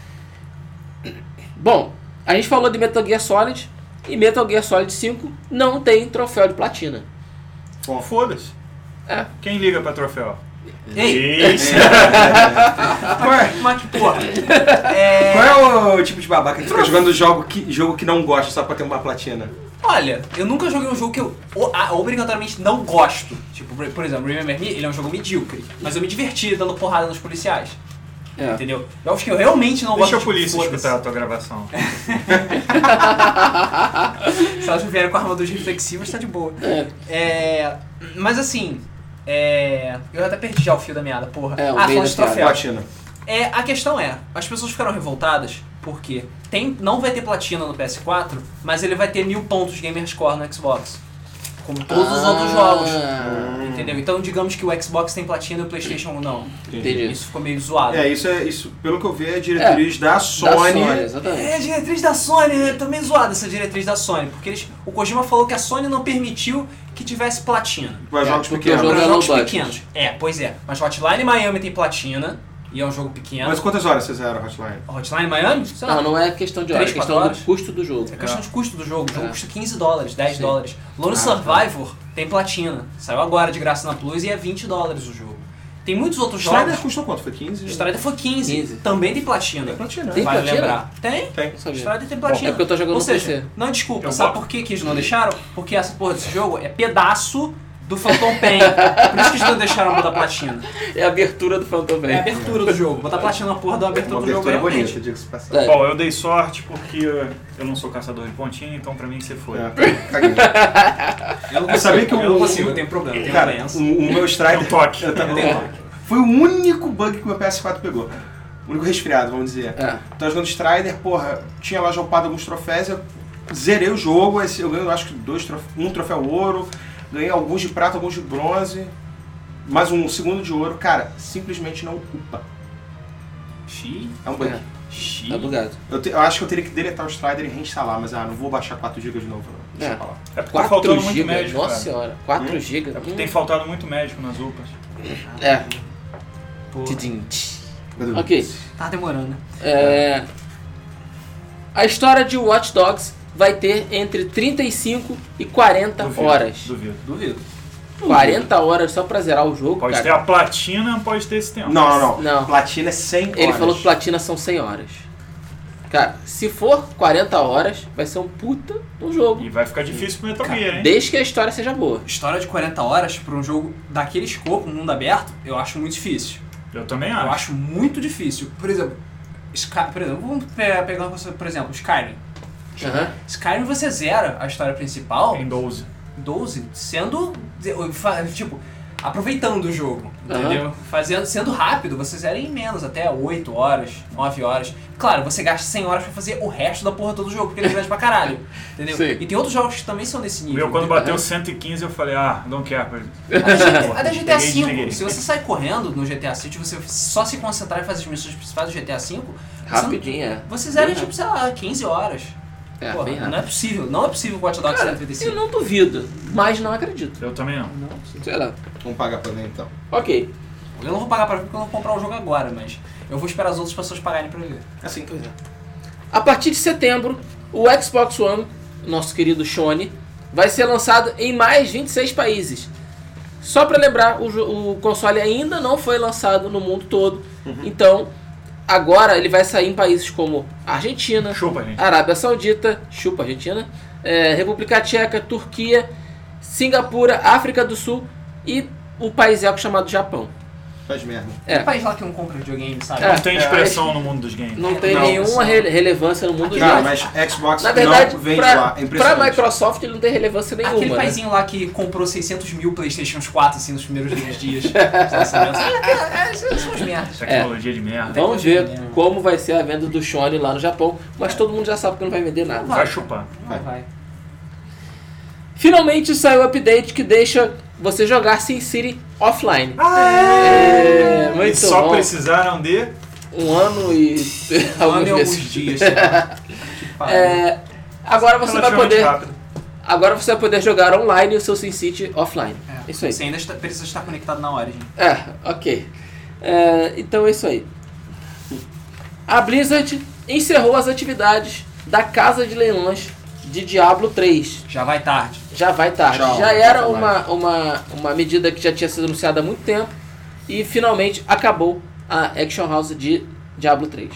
Bom, a gente falou de Metal Gear Solid. E Metal Gear Solid cinco não tem troféu de platina. Bom, foda-se. É. Quem liga pra troféu? Ei! Isso. Qual é, Mas que porra. É... qual é o tipo de babaca que fica jogando jogo que, jogo que não gosta só pra ter uma platina? Olha, eu nunca joguei um jogo que eu o- a- obrigatoriamente não gosto. Tipo, por- por exemplo, Remember Me, ele é um jogo medíocre. Mas eu me diverti dando porrada nos policiais. É. Entendeu? Jogos que eu realmente não Deixa a gosto. polícia tipo, escutar a tua gravação. Se elas vierem com armaduras reflexivas, tá de boa. É. É, mas assim, é, eu até perdi já o fio da meada, porra. É, o ah, meio falando da de piada. troféu. Platina. É, a questão é, as pessoas ficaram revoltadas porque tem, não vai ter platina no P S quatro, mas ele vai ter mil pontos de Gamerscore no Xbox. Como todos os Ah. outros jogos. Entendeu? Então digamos que o Xbox tem platina e o PlayStation não. Entendi. Isso ficou meio zoado. É, isso é isso, pelo que eu vi, é a diretriz da Sony. Da Sony, exatamente. É, a diretriz da Sony, né? Tá meio zoada essa diretriz da Sony, porque eles, o Kojima falou que a Sony não permitiu que tivesse platina. Para É, jogos porque pequenos. o jogo Para é jogos low budget. pequenos. É, pois é. Mas Hotline Miami tem platina, e é um jogo pequeno. Mas quantas horas vocês eram Hotline? Hotline Miami? Sei lá. Não, não é questão de hora, é Três, questão quatro do horas? custo do jogo. É questão de custo do jogo. O jogo É. custa quinze dólares, dez Sim. dólares. Lone Ah, Survivor tem platina. Saiu agora de graça na Plus e é vinte dólares o jogo. Tem muitos outros Strider jogos. custou quanto? Foi quinze? Strider foi quinze. quinze. Também tem platina. Tem platina. Tem vale platina? lembrar. Tem. Tem. Não sabia. Strider tem É platina. porque eu tô jogando Ou no seja, P C. não, desculpa, Eu sabe boto. por que, que eles não deixaram? Porque essa porra desse jogo é pedaço do Phantom Pain. Por isso que eles não deixaram botar platina. É a abertura do Phantom Pain. É a abertura do jogo. Botar platina na porra da abertura Uma do jogo abertura realmente. bonita, diga-se passar. É. Bom, eu dei sorte porque eu não sou caçador de pontinho, então pra mim você foi. É, caguei. Eu não Eu sabia que eu o- não consigo, eu tenho problema, eu tenho Cara, doença. o, o meu Strider... É um toque. Eu tava- Eu tenho toque. Foi o único bug que o meu P S quatro pegou. O único resfriado, vamos dizer. É. Tava jogando Strider, porra, tinha lá já upado alguns troféus, eu zerei o jogo, esse- eu ganhei acho que dois trof... um troféu ouro, ganhei alguns de prata, alguns de bronze, mais um segundo de ouro. Cara, simplesmente não upa. Xiii. É um bug. É. Xiii. Tá bugado. Eu, te- eu acho que eu teria que deletar o Strider e reinstalar, mas ah, não vou baixar quatro gigas de novo. Não. Deixa É. pra lá. É porque tá faltando quatro muito gigas, médico, nossa cara. senhora. quatro Hum. gigas. É porque tem faltado muito médico nas U P As. É. Pô, Tidim, tch. Ok. tá demorando, né? É, a história de Watch Dogs vai ter entre trinta e cinco e quarenta Duvido, horas. Duvido. Duvido. quarenta horas só pra zerar o jogo, Pode ter cara. a platina, pode ter esse tempo. Não, não, não, Não. Platina é cem Ele horas. falou que platina são cem horas. Cara, se for quarenta horas, vai ser um puta do jogo. E vai ficar difícil pro Metal Cara, Gear, hein? Desde que a história seja boa. História de quarenta horas pra um jogo daquele escopo, mundo aberto, eu acho muito difícil. Eu também Eu acho. acho muito difícil. Por exemplo, Sky, por exemplo vamos pe- pegar, uma coisa, por exemplo, Skyrim. Aham. Skyrim você zera a história principal Em doze. doze, sendo, fa- tipo, aproveitando o jogo, Aham. entendeu? Fazendo, sendo rápido, você zera em menos, até oito horas, nove horas. Claro, você gasta cem horas pra fazer o resto da porra todo jogo, porque ele é grande pra caralho, entendeu? Sim. E tem outros jogos que também são desse O nível. meu, quando entendeu? bateu cento e quinze, eu falei, ah, não quero. A da G T A, a da G T A Peguei e desliguei. cinco, se você sai correndo no G T A cinco, você só se concentrar em fazer as missões principais do G T A cinco, você, Rapidinho, é. você zera em, Bem tipo, sei lá, quinze horas. É, Porra, bem não é rápido. possível, não é possível que o Watch Dogs Cara, cento e noventa e eu cinco. não duvido, mas não acredito. Eu também não. Sei lá. Vamos pagar pra ver então. Ok. Eu não vou pagar pra ver porque eu não vou comprar o jogo agora, mas eu vou esperar as outras pessoas pagarem pra ver. Assim, Pois é. A partir de setembro, o Xbox One, nosso querido Sony, vai ser lançado em mais vinte e seis países. Só para lembrar, o, jo- o console ainda não foi lançado no mundo todo. Então, agora ele vai sair em países como Argentina, Chupa, gente. Arábia Saudita, chupa Argentina, é, República Tcheca, Turquia, Singapura, África do Sul e o país eco chamado Japão. faz merda. É. Tem país lá que não compra videogame, sabe? É. Não tem expressão no mundo dos games. Não tem Não, nenhuma só- rele- relevância no mundo dos Cara, jogos. mas Xbox Na verdade, não vende pra, lá. É pra impressionante. Microsoft ele não tem relevância nenhuma. Aquele né? paizinho lá que comprou seiscentos mil Playstation quatro assim nos primeiros dez dias dos lançamentos. É, é, são as merdas. Tecnologia de merda. Vamos ver como vai ser a venda do Sony lá no Japão, mas todo mundo já sabe que não vai vender nada. Vai chupar. Não vai. Finalmente saiu o update que deixa você jogar SimCity offline. É, E muito só bom. precisaram de... Um ano e Um ano alguns e alguns meses. dias, sei lá. Que pariu. É, agora você vai relativamente poder, rápido. agora você vai poder jogar online o seu SimCity offline. É, Isso aí. Você ainda está, precisa estar conectado na Origin. É, ok. É, então é isso aí. A Blizzard encerrou as atividades da casa de leilões de Diablo três. Já vai tarde. Já vai tarde. Tchau, já era nunca uma, mais. uma, uma medida que já tinha sido anunciada há muito tempo e finalmente acabou a Action House de Diablo três.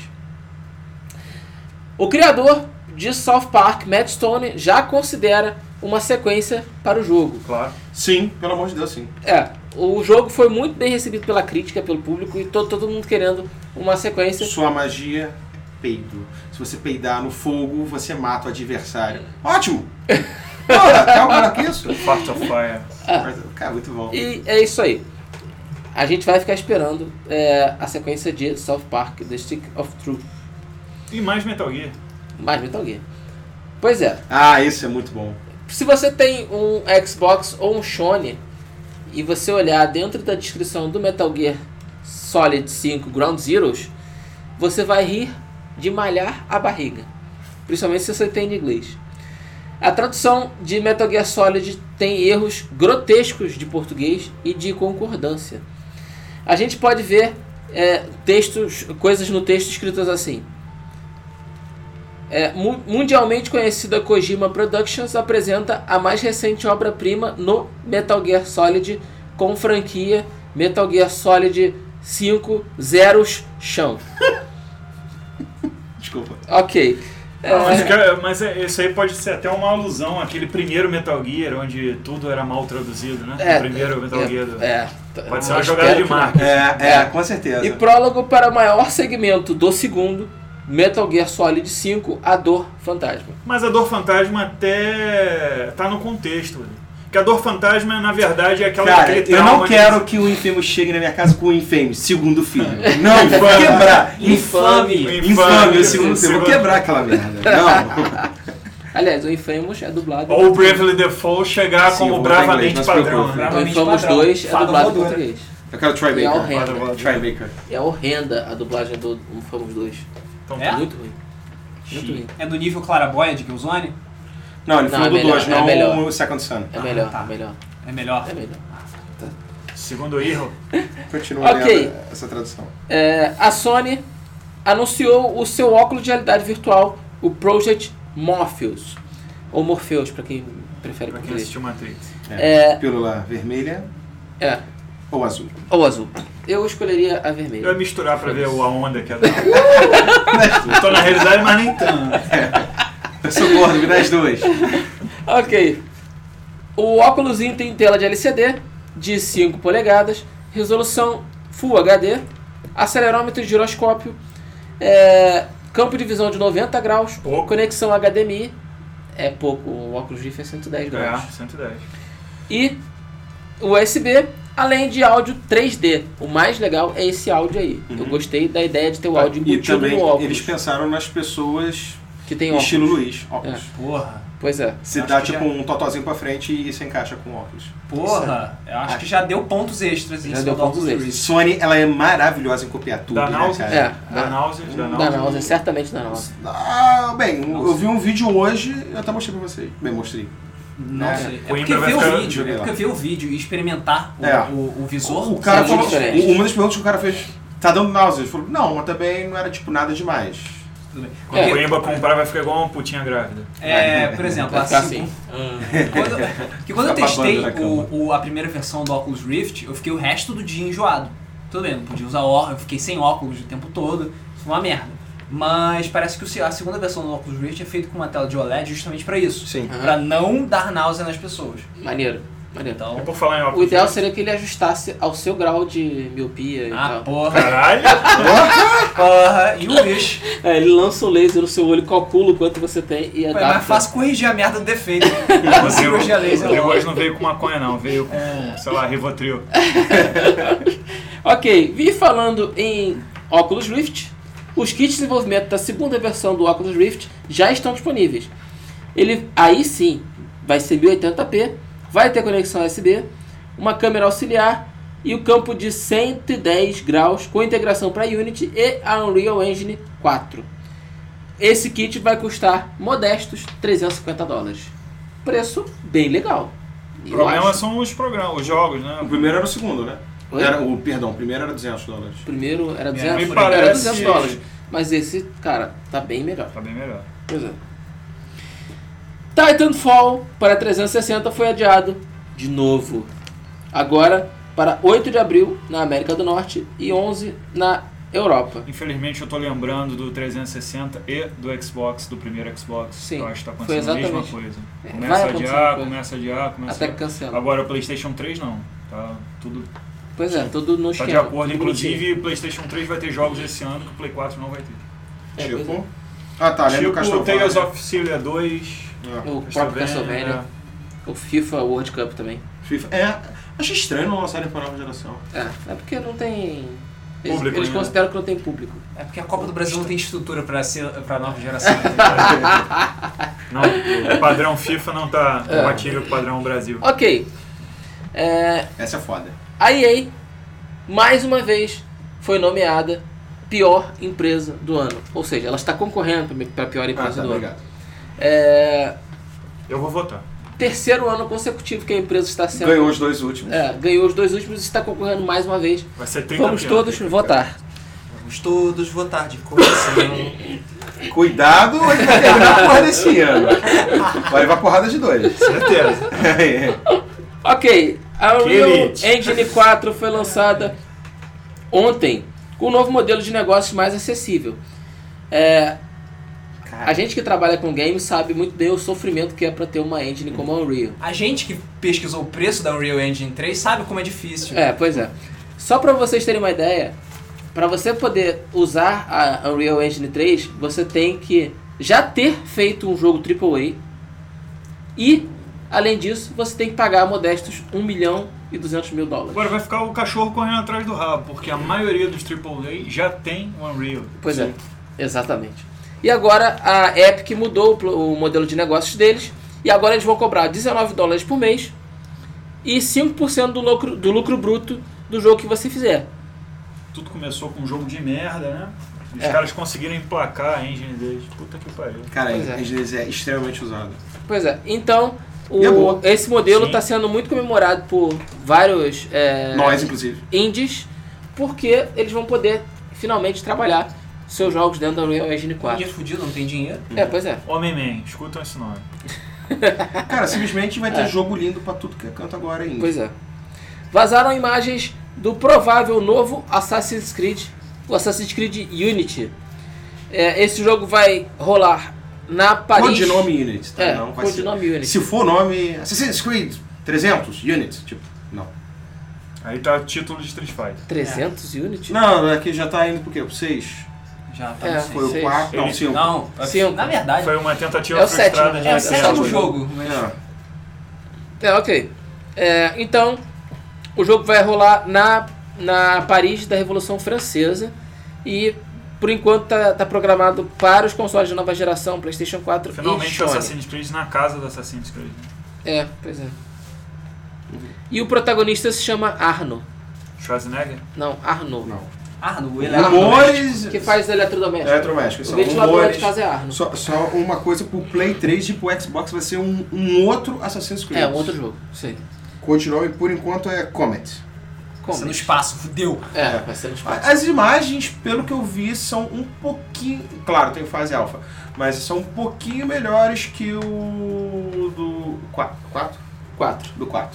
O criador de South Park, Matt Stone, já considera uma sequência para o jogo. Claro. Sim, pelo amor de Deus, sim. É, o jogo foi muito bem recebido pela crítica, pelo público e todo, todo mundo querendo uma sequência. Sua magia é peido. Se você peidar no fogo, você mata o adversário. Ótimo! Porra, quer algo melhor que isso? Fart of Fire. Mas, cara, muito bom. E é isso aí. A gente vai ficar esperando é, a sequência de South Park, The Stick of Truth. E mais Metal Gear. Mais Metal Gear. Pois é, Ah, esse é muito bom. se você tem um Xbox ou um Sony e você olhar dentro da descrição do Metal Gear Solid cinco Ground Zeroes, você vai rir de malhar a barriga. Principalmente se você tem inglês. A tradução de Metal Gear Solid tem erros grotescos de português e de concordância. A gente pode ver é, textos, coisas no texto escritas assim. É, mu- mundialmente conhecida Kojima Productions apresenta a mais recente obra-prima no Metal Gear Solid com franquia Metal Gear Solid cinco, zeros, chão. Desculpa. Ok. Ah, mas, cara, mas é- isso aí pode ser até uma alusão àquele primeiro Metal Gear, onde tudo era mal traduzido, né? É, o primeiro Metal é, Gear. Do... é, Pode ser eu uma jogada espero de que não. marketing. É, é, É. com certeza. E prólogo para o maior segmento do segundo, Metal Gear Solid cinco, A Dor Fantasma. Mas a Dor Fantasma até tá no contexto. Que a Dor Fantasma, na verdade, é aquela Cara, aquele eu trauma não que- quero que o Infamous chegue na minha casa com o Infamous, segundo filho. Não, vou quebrar. Infame. Infame, o segundo filho. Segundo- Vou quebrar aquela merda. Não. Aliás, o Infamous é dublado. Ou o Bravely Default chegar Sim, eu como vou botar em inglês, bravamente não se padrão. preocupe. Né? O Bravamente Infamous padrão. dois é Fada dublado em voadora. português. Eu quero Troy É Baker. horrenda. Troy Baker. É horrenda a dublagem do Infamous dois. Então, É? Muito ruim. Muito ruim. É no nível Claraboia de Killzone? Não, ele Não, foi é do melhor, dois, é não melhor. o Second Son. É melhor, tá. é melhor. É melhor. É melhor. Segundo erro, Continua Ok. lendo essa tradução. É, a Sony anunciou o seu óculos de realidade virtual, o Project Morpheus. Ou Morpheus, para quem prefere pra quem português. assistiu Matrix. É. Pílula vermelha É, ou azul? ou azul. Eu escolheria a Eu ia vermelha. misturar pra ver a onda que é da. Eu tô na realidade, mas nem tanto. Eu sou gordo, me dá as duas. Ok. O óculos tem tela de L C D de cinco polegadas, resolução Full H D, acelerômetro e giroscópio, é, campo de visão de noventa graus, Pouco. conexão H D M I, é pouco, o óculos Rift é cento e dez graus. É, cento e dez. E U S B, além de áudio três D. O mais legal é esse áudio aí. Eu gostei da ideia de ter o áudio E embutido também no óculos. eles pensaram nas pessoas que tem óculos. estilo Luiz, óculos. Porra. Pois é. Se Acho dá que tipo já- um totozinho pra frente e se encaixa com óculos. Porra. Eu acho que já deu pontos extras em Já cima deu do pontos Oculus extras. Rift. Sony, ela é maravilhosa em copiar tudo, Dá né, náusea? cara? É. Da Ah. náusea, da Da náusea. náusea, certamente da náusea. Ah, bem, eu vi um vídeo hoje, eu até mostrei pra vocês. Bem, mostrei. Não É. sei. É Coimbra porque vai ver o ficar- vídeo, é porque ver o vídeo e experimentar o, É. o, o visor. O cara é muito falou, diferente. uma das perguntas que o cara fez, tá dando náusea? Ele falou, não, mas também não era tipo nada demais. Tudo bem. Quando É. o Coimbra comprar, vai ficar igual uma putinha grávida. É, por exemplo, Vai ficar assim, assim. Quando, que quando eu Fica testei babando na cama. o, o- a primeira versão do Oculus Rift, eu fiquei o resto do dia enjoado. Tudo bem, não podia usar óculos, eu fiquei sem óculos o tempo todo, foi uma merda. Mas parece que o se- a segunda versão do Oculus Rift é feita com uma tela de O L E D justamente pra isso. Sim. Aham. Pra não dar náusea nas pessoas. Maneiro. Maneiro. E Então, por falar em O óculos. ideal seria que ele ajustasse ao seu grau de miopia e ah, tal. porra, Caralho! porra, e o bicho. É, ele lança o laser no seu olho, calcula o quanto você tem e É adapta. mais fácil corrigir a merda do defeito. O Uma cirurgia laser Rodrigo logo. hoje não veio com maconha, não. Veio com, sei lá, Rivotril. Ok, vi falando em Oculus Rift. Os kits de desenvolvimento da segunda versão do Oculus Rift já estão disponíveis. Ele aí sim vai ser mil e oitenta p, vai ter conexão U S B, uma câmera auxiliar e o campo de cento e dez graus com integração para Unity e a Unreal Engine quatro. Esse kit vai custar modestos trezentos e cinquenta dólares. Preço bem legal. O Eu problema acho. são os programas, os jogos, né? O primeiro era o segundo, né? Oi? Era, o, perdão, o primeiro era duzentos dólares. O primeiro era É, duzentos, me era parece- duzentos dólares. Mas esse, cara, tá bem melhor. Tá bem melhor. Pois é. Titanfall para trezentos e sessenta foi adiado de novo. Agora para oito de abril na América do Norte e onze na Europa. Infelizmente eu tô lembrando do trezentos e sessenta e do Xbox, do primeiro Xbox. Sim, Eu acho que tá foi acontecendo a mesma exatamente. coisa. É, Começa vai a acontecer adiar, coisa. começa a adiar, começa Até a que cancela. Agora o PlayStation três não. Tá tudo Pois é, tudo no tá esquema. de acordo. tudo Inclusive o PlayStation três vai ter jogos esse ano que o Play quatro não vai ter. É, pois tipo... Ah tá, lembra o Tipo o Castlevania. Tales of Cilia dois, É. O próprio Castlevania, o FIFA World Cup também. FIFA. É, achei estranho não lançarem pra nova geração. É, é porque não tem... Eles, Público eles ainda. consideram que não tem público. É porque a Copa do Brasil não tem estrutura pra, ser, pra nova geração. Não, o padrão FIFA não tá compatível com o padrão Brasil. Ok. É, Essa é foda. a E A, mais uma vez, foi nomeada pior empresa do ano. Ou seja, ela está concorrendo para a pior Ah, empresa tá, do ano. obrigado. É, Eu vou votar. terceiro ano consecutivo que a empresa está sendo... Ganhou os dois últimos. É, ganhou os dois últimos e está concorrendo mais uma vez. Vai ser trinta Vamos pior. todos votar. Vamos todos votar de coração. Cuidado, ele vai terminar a porra desse ano. Vai levar porrada de dois. Certeza. Ok, A Que Unreal elite. Engine quatro foi lançada ontem com um novo modelo de negócios mais acessível. É, a gente que trabalha com games sabe muito bem o sofrimento que é para ter uma engine como a Unreal. A gente que pesquisou o preço da Unreal Engine três sabe como é difícil. É, pois é. Só para vocês terem uma ideia, para você poder usar a Unreal Engine três, você tem que já ter feito um jogo triplo A e, além disso, você tem que pagar modestos um milhão e duzentos mil dólares. Agora vai ficar o cachorro correndo atrás do rabo, porque a maioria dos triplo A já tem o Unreal. Pois é, exatamente. E agora a Epic mudou o modelo de negócios deles e agora eles vão cobrar dezenove dólares por mês e cinco por cento do lucro, do lucro bruto do jogo que você fizer. Tudo começou com um jogo de merda, né? Os É. caras conseguiram emplacar a engine deles. Puta que pariu. Cara, Pois é. a engine é extremamente usada. Pois é, então o- E é boa. esse modelo Sim. está sendo muito comemorado por vários é, Nós, inclusive. indies, porque eles vão poder finalmente trabalhar seus jogos dentro da Unreal Engine quatro. Dinheiro fudido, não tem dinheiro. É, pois é. Homem-Man, escutam esse nome. Cara, simplesmente vai ter É. jogo lindo pra tudo que é canto agora ainda. Pois é. Vazaram imagens do provável novo Assassin's Creed, o Assassin's Creed Unity. É, esse jogo vai rolar na Paris. Codinome Unity, tá? É, não vai ser. codinome Unity. Se for nome Assassin's Creed trezentos Unity, tipo, não. Aí tá o título de Street Fighter. trezentos Unity? Não, é que já tá indo pro quê? Pro seis? Já tá É, no Foi o seis. quatro? Não, Ele- cinco. Não, Cinco. na verdade, Foi uma tentativa É o frustrada sétimo, de é o É, sétimo é, jogo. Mas... Não. É, ok. É, então, o jogo vai rolar na, na Paris da Revolução Francesa e, por enquanto, tá, tá programado para os consoles de nova geração, PlayStation quatro e Finalmente o Sony. Assassin's Creed na casa do Assassin's Creed. É, pois é. E o protagonista se chama Arno. Schwarzenegger? Não, Arno. Não. Ah, no ele era Rumores. Que faz eletrodoméstico. Eletrodomésticos. O São ventilador lá rumores. de casa é Arno. Só, só uma coisa pro Play três e pro Xbox vai ser um, um outro Assassin's Creed. É, um outro jogo. Sim. Codinome por enquanto é Comet. Como? no espaço, fudeu. É, vai ser no espaço. As imagens, pelo que eu vi, são um pouquinho. Claro, tem fase alfa, mas são um pouquinho melhores que o do quatro. quatro? quatro. Do quatro.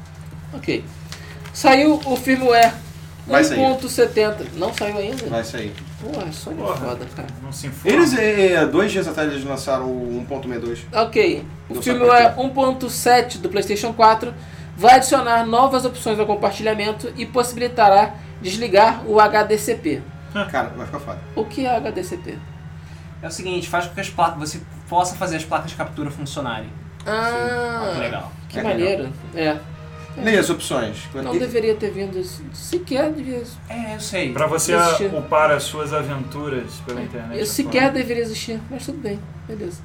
Ok. Saiu o firmware Vai sair. um ponto setenta. Não saiu ainda? Vai sair. Porra, Sony é Porra. foda, cara. Não se informa. Eles, é, dois dias atrás, eles lançaram o um ponto sessenta e dois. Ok. O Não sabe firmware por um ponto sete do PlayStation quatro vai adicionar novas opções ao compartilhamento e possibilitará desligar o H D C P. Cara, vai ficar foda. O que é H D C P? É o seguinte, faz com que as placas, você possa fazer as placas de captura funcionarem. Ah, Ah, que legal. que É maneiro. É. Leia as opções. Não E- deveria ter vindo isso. Sequer devia. É, eu sei. Pra você Existir. upar as suas aventuras pela internet. Isso é sequer foda. deveria existir, mas tudo bem, beleza.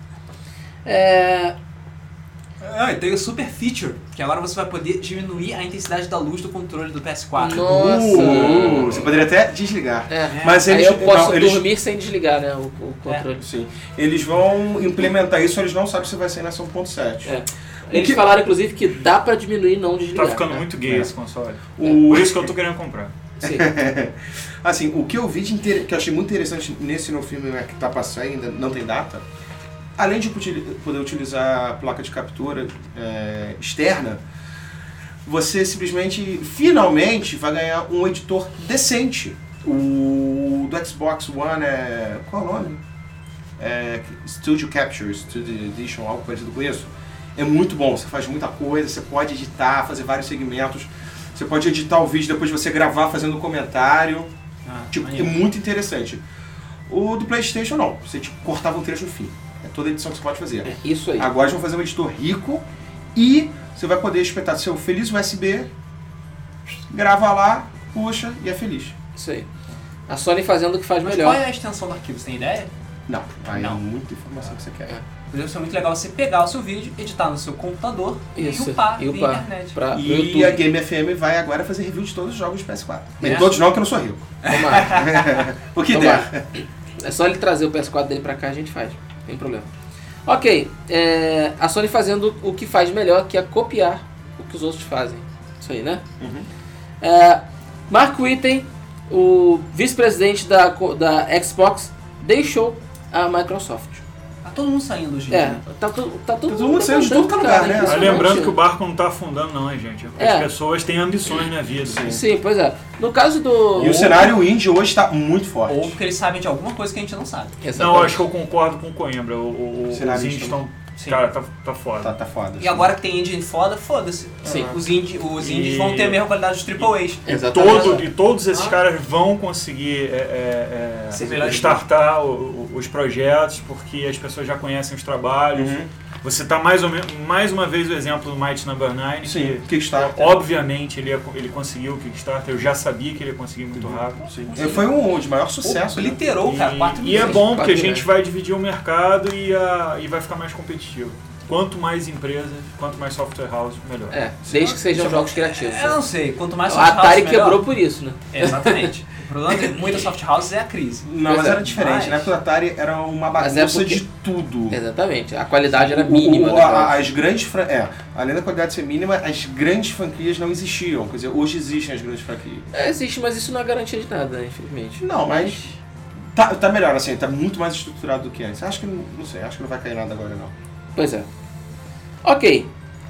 É, Ah, e tem o Super Feature, que agora você vai poder diminuir a intensidade da luz do controle do P S quatro. Nossa. Uh, você poderia até desligar. é. Mas Aí eles, eu posso não, eles, dormir sem desligar, né, o, o controle. sim, eles vão implementar isso, eles não sabem se vai sair nessa um ponto sete. É. Eles que- falaram, inclusive, que dá pra diminuir e não desligar. Tá ficando né? muito gay É. esse console. O- Por isso que eu tô querendo comprar. Sim. Assim, o que eu vi de inter... que eu achei muito interessante nesse novo filme, né, que tá passando ainda, não tem data, além de util- poder utilizar a placa de captura é, externa, você simplesmente, finalmente, vai ganhar um editor decente. O do Xbox One é... qual é o nome? É, Studio Capture, Studio Edition, algo parecido com isso. É muito bom, você faz muita coisa, você pode editar, fazer vários segmentos. Você pode editar o vídeo, depois você gravar fazendo comentário. Ah, Tipo, é maneiro. muito interessante. O do PlayStation não, você tipo, cortava um trecho no fim. É toda a edição que você pode fazer. É isso aí. Agora eles vão fazer um editor rico e você vai poder espetar seu feliz U S B, grava lá, puxa e é feliz. Isso aí. A Sony fazendo o que faz Mas melhor. qual é a extensão do arquivo, você tem ideia? Não, aí Não. é muita informação que você quer. É. Poderia ser muito legal você pegar o seu vídeo, editar no seu computador Isso. e upar E via upar internet. pra, pro E YouTube. a Game F M vai agora fazer review de todos os jogos de P S quatro. Bem, É? todos não, que eu não sou rico. Tomara. O que Tomara. der. É só ele trazer o P S quatro dele pra cá, a gente faz. Não tem problema. Ok. é, a Sony fazendo o que faz melhor, que é copiar o que os outros fazem. Isso aí, né? Uhum. É, Mark Whitten, o vice-presidente da, co- da Xbox, deixou a Microsoft. todo mundo saindo hoje em É, dia. tá, to, tá todo, Tá todo mundo saindo de todo levantando, lugar, cara, né? Mas impressionante. lembrando que o barco não tá afundando não, hein, gente. As É. pessoas têm ambições na vida. Sim. Sim, pois é. No caso do... E o cenário indie hoje tá muito forte. Ou porque eles sabem de alguma coisa que a gente não sabe. Exatamente. Não, eu acho que eu concordo com o Coimbra. O, o, os Cenário indies indie estão... Sim. Cara, tá, tá foda. Tá, tá foda. E agora que tem engine foda, foda-se. Sim. Os, indie, os indies E- vão ter a mesma qualidade dos triple A's. Exatamente. Todo, e todos esses Ah. caras vão conseguir é, é, Ser é, melhores. startar o- o- os projetos, porque as pessoas já conhecem os trabalhos. Uhum. Você tá mais ou menos, mais uma vez o exemplo do Might Number nove, Sim, que Kickstarter. obviamente ele, ia- ele conseguiu o Kickstarter, eu já sabia que ele ia conseguir muito rápido. Sim. Foi um de maior sucesso. né? Literou, cara, quatro E, e é milhões. bom porque a Quatro gente milhões. vai dividir o mercado e, a, e vai ficar mais competitivo. Quanto mais empresas, quanto mais software house, melhor. É, desde que sejam jogos criativos. Eu não sei, quanto mais A soft house, Atari melhor. quebrou por isso, né? Exatamente. O problema de muitas soft houses é a crise. Não, mas Pois é. era diferente. Mas- Na época do Atari era uma Mas é bagunça porque- de tudo. Exatamente. A qualidade era O- mínima. o- dos a- jogos. as grandes fran- é, além da qualidade ser mínima, as grandes franquias não existiam. Quer dizer, hoje existem as grandes franquias. É, existe, mas isso não é garantia de nada, né, infelizmente. Não, mas tá, tá melhor, assim, tá muito mais estruturado do que antes. Acho que não, não sei, acho que não vai cair nada agora não. Pois é. Ok.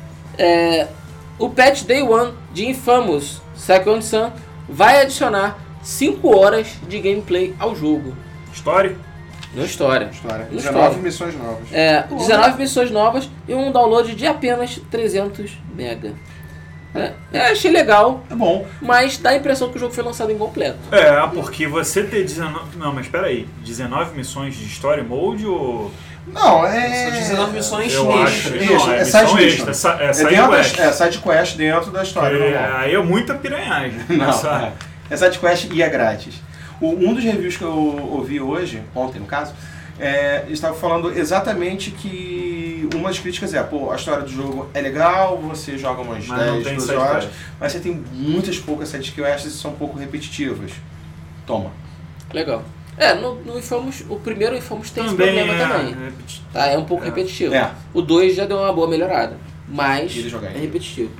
É, o patch Day One de Infamous Second Son vai adicionar cinco horas de gameplay ao jogo. História? Na história. História. Não dezenove história. missões novas. É, dezenove missões novas e um download de apenas trezentos mega. É, eu achei legal, É bom. mas dá a impressão que o jogo foi lançado incompleto. É, porque você ter dezenove... Não, mas peraí. dezenove missões de Story Mode ou... Não, é... São dezenove missões Eu nicho. acho que Isso, não, é é side missão mission. extra. sa- É É, side dentro quest. da, é side quest dentro da história. É, normal. aí é muita piranhagem. Não, Essa- é. É side quest e é grátis. O- um dos reviews que eu ouvi hoje, ontem no caso, é, estava falando exatamente que uma das críticas é, pô, a história do jogo é legal, você joga umas Mas não dez, tem doze side horas, quest. mas você tem muitas poucas side quests e são um pouco repetitivas. Toma. Legal. É, no, no Infamous, o primeiro Infamous tem Também esse problema é, também. é repeti- Tá, é um pouco É. repetitivo. É. O dois já deu uma boa melhorada, mas Ele jogar é ainda. repetitivo.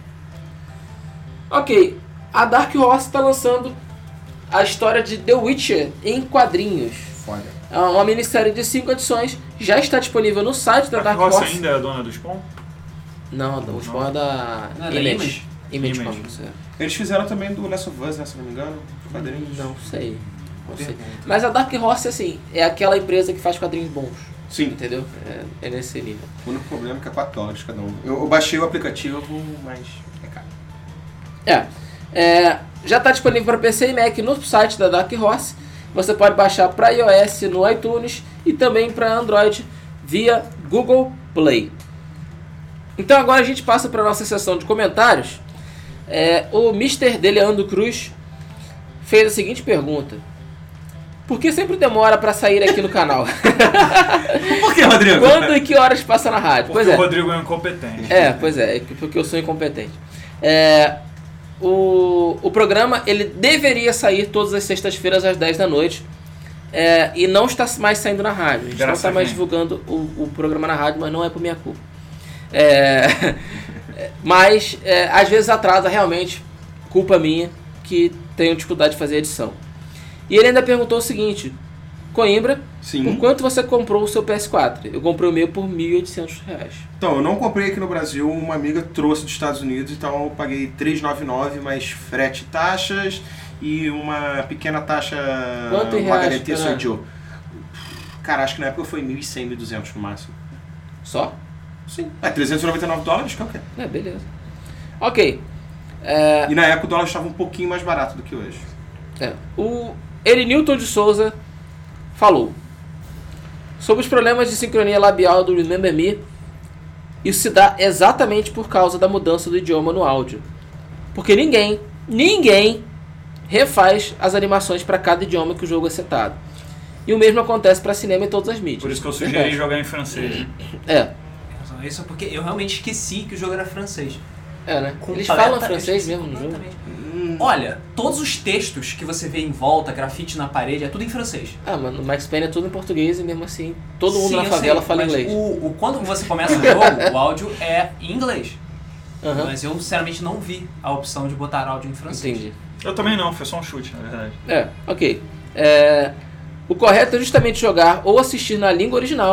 Ok, a Dark Horse está lançando a história de The Witcher em quadrinhos. Foda. É uma minissérie de cinco edições, já está disponível no site da A Dark Roça Horse. ainda é a dona do Spawn? Não, o Spawn é da Não é da Image. Image? Image Image. Comics, é. Eles fizeram também do Last of Us, né, se não me engano, quadrinhos. Não sei. Não sei. Pergunta. Mas a Dark Horse, assim, é aquela empresa que faz quadrinhos bons. Sim. Entendeu? É, é nesse nível. O único problema é que é quatro dólares cada um. Eu, eu baixei o aplicativo, mas é caro. É. é já está disponível para P C e Mac no site da Dark Horse. Você pode baixar para iOS no iTunes e também para Android via Google Play. Então agora a gente passa para a nossa sessão de comentários. É, o mister Deleandro Cruz fez a seguinte pergunta: por que sempre demora para sair aqui no canal? Por que, Rodrigo? Quando e que horas passa na rádio? Porque Pois é. o Rodrigo é incompetente. É, pois é, é porque eu sou incompetente. É, o, o programa ele deveria sair todas as sextas-feiras às dez da noite. É, e não está mais saindo na rádio. A gente Graças não está a mais quem? divulgando o, o programa na rádio, mas não é por minha culpa. É, mas é, às vezes atrasa realmente, culpa minha, que tenho dificuldade de fazer a edição. E ele ainda perguntou o seguinte: Coimbra, Sim. por quanto você comprou o seu P S quatro? Eu comprei o meu por mil e oitocentos reais. Então, eu não comprei aqui no Brasil, uma amiga trouxe dos Estados Unidos, então eu paguei trezentos e noventa e nove reais mais frete e taxas e uma pequena taxa Quanto em uma reais, garantia Fernando? Sodio. Cara, acho que na época foi mil e cem, mil e duzentos no máximo. Só? Sim. É, trezentos e noventa e nove dólares, que é o quê? É, beleza. Ok. É, E na época o dólar estava um pouquinho mais barato do que hoje. é, o Elinilton de Souza falou sobre os problemas de sincronia labial do Remember Me. Isso se dá exatamente por causa da mudança do idioma no áudio. Porque ninguém, ninguém refaz as animações para cada idioma que o jogo é setado. E o mesmo acontece para cinema e todas as mídias. Por isso que eu sugeri Verdade. jogar em francês. É, Isso é porque eu realmente esqueci que o jogo era francês. é, né? Eles Completa- falam francês eu esqueci mesmo no jogo. completamente. Olha, todos os textos que você vê em volta, grafite na parede, é tudo em francês. Ah, mano, no Max Payne é tudo em português e mesmo assim todo mundo Sim, na eu favela sei, fala mas inglês. O, o, quando você começa o jogo, o áudio é em inglês. Aham, Mas eu, sinceramente, não vi a opção de botar áudio em francês. entendi. Eu também não, foi só um chute, na verdade. É, ok. É, o correto é justamente jogar ou assistir na língua original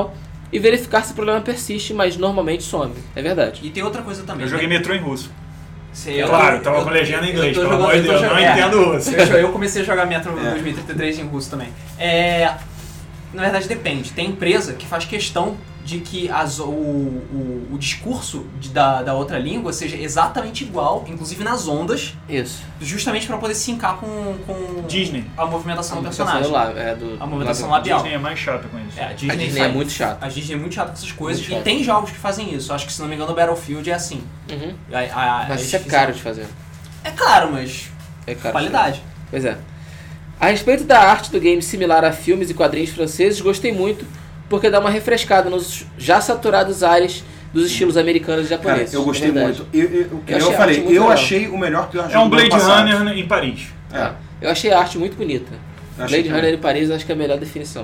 e verificar se o problema persiste, mas normalmente some. É verdade. E tem outra coisa também. Eu joguei né? metrô em russo. Se eu- Claro, eu- tava eu- com legenda em eu inglês, tô pelo jogando- amor de eu tô Deus, não jogando- entendo russo. Eu, eu comecei a jogar Metro É. dois mil e trinta e três em russo também. É, na verdade depende. Tem empresa que faz questão de que as, o, o, o discurso de- da, da outra língua seja exatamente igual, inclusive nas ondas, Isso. justamente para poder sincar com, com Disney. a movimentação do Comunicação personagem. lá, é do, A movimentação lá- labial. Disney é mais chata com isso. É, a A Disney, Disney é faz- muito chata. A Disney é muito chata com essas coisas. Muito E chata. tem jogos que fazem isso. Acho que, se não me engano, o Battlefield é assim. Uhum. A- a- Mas eles isso é fizeram- caro de fazer. É caro, mas É caro. qualidade. Pois é. A respeito da arte do game similar a filmes e quadrinhos franceses, gostei muito, porque dá uma refrescada nos já saturados ares dos estilos americanos e Cara, japoneses. eu gostei É verdade. muito. Eu, eu, eu, Eu eu achei a falei, arte muito eu legal. achei o melhor que eu É jogo um do ano Blade passado. Runner em Paris. É. Eu achei a arte muito bonita. Eu achei Blade também. Runner em Paris, acho que é a melhor definição.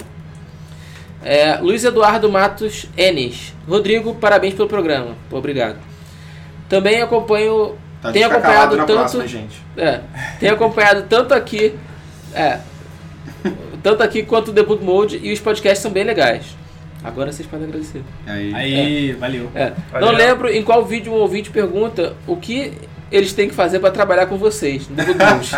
É, Luiz Eduardo Matos Enes. Rodrigo, parabéns pelo programa. Pô, obrigado. Também acompanho. Tá, tenho fica acompanhado calado na tanto. próxima, gente. É, tenho acompanhado tanto aqui. É. Tanto aqui quanto o Debug Mode e os podcasts são bem legais. Agora vocês podem agradecer. Aí. Aí, valeu. É. Valeu. Não lembro em qual vídeo um ouvinte pergunta o que eles têm que fazer para trabalhar com vocês no Debug Mode.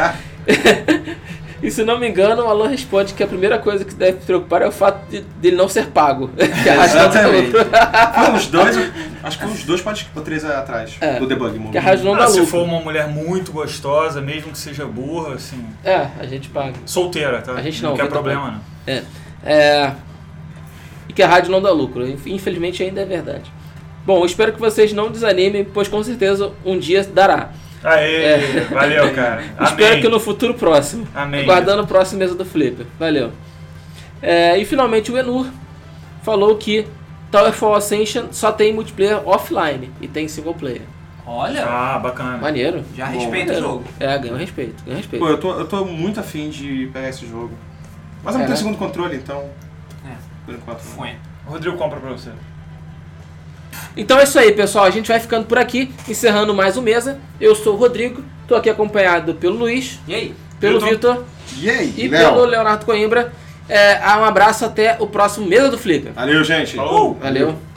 E se não me engano, o Alan responde que a primeira coisa que deve preocupar é o fato de dele não ser pago. Que arrasta todo Exatamente. lucro. Foi uns dois, acho que foi uns dois pod- ou três atrás É. do debug mode. Que arrasta não dá Ah, se lucro. for uma mulher muito gostosa, mesmo que seja burra, assim. É, a gente paga. Solteira, tá? A gente não, não quer Vitor problema, não. É. É. E que a rádio não dá lucro. Infelizmente ainda é verdade. Bom, eu espero que vocês não desanimem, pois com certeza um dia dará. Aê, É. valeu, cara. Espero Amém. que no futuro próximo. Amém. Aguardando o próximo mesa do Flipper. Valeu. É, e finalmente o Enur falou que Towerfall Ascension só tem multiplayer offline e tem single player. Olha, Ah, bacana. Maneiro. já Bom, respeita o Maneiro. jogo. É, ganhou respeito. Ganhou respeito. Pô, eu tô, eu tô muito afim de pegar esse jogo. Mas eu não É. tenho segundo controle, então. É. Por enquanto. não. Foi. O Rodrigo compra pra você. Então é isso aí, pessoal. A gente vai ficando por aqui, encerrando mais um mesa. Eu sou o Rodrigo, tô aqui acompanhado pelo Luiz, E aí? pelo Vitor. Vitor E aí, e Léo? pelo Leonardo Coimbra. É, um abraço até o próximo mesa do Flipper. Valeu, gente. Falou. Valeu.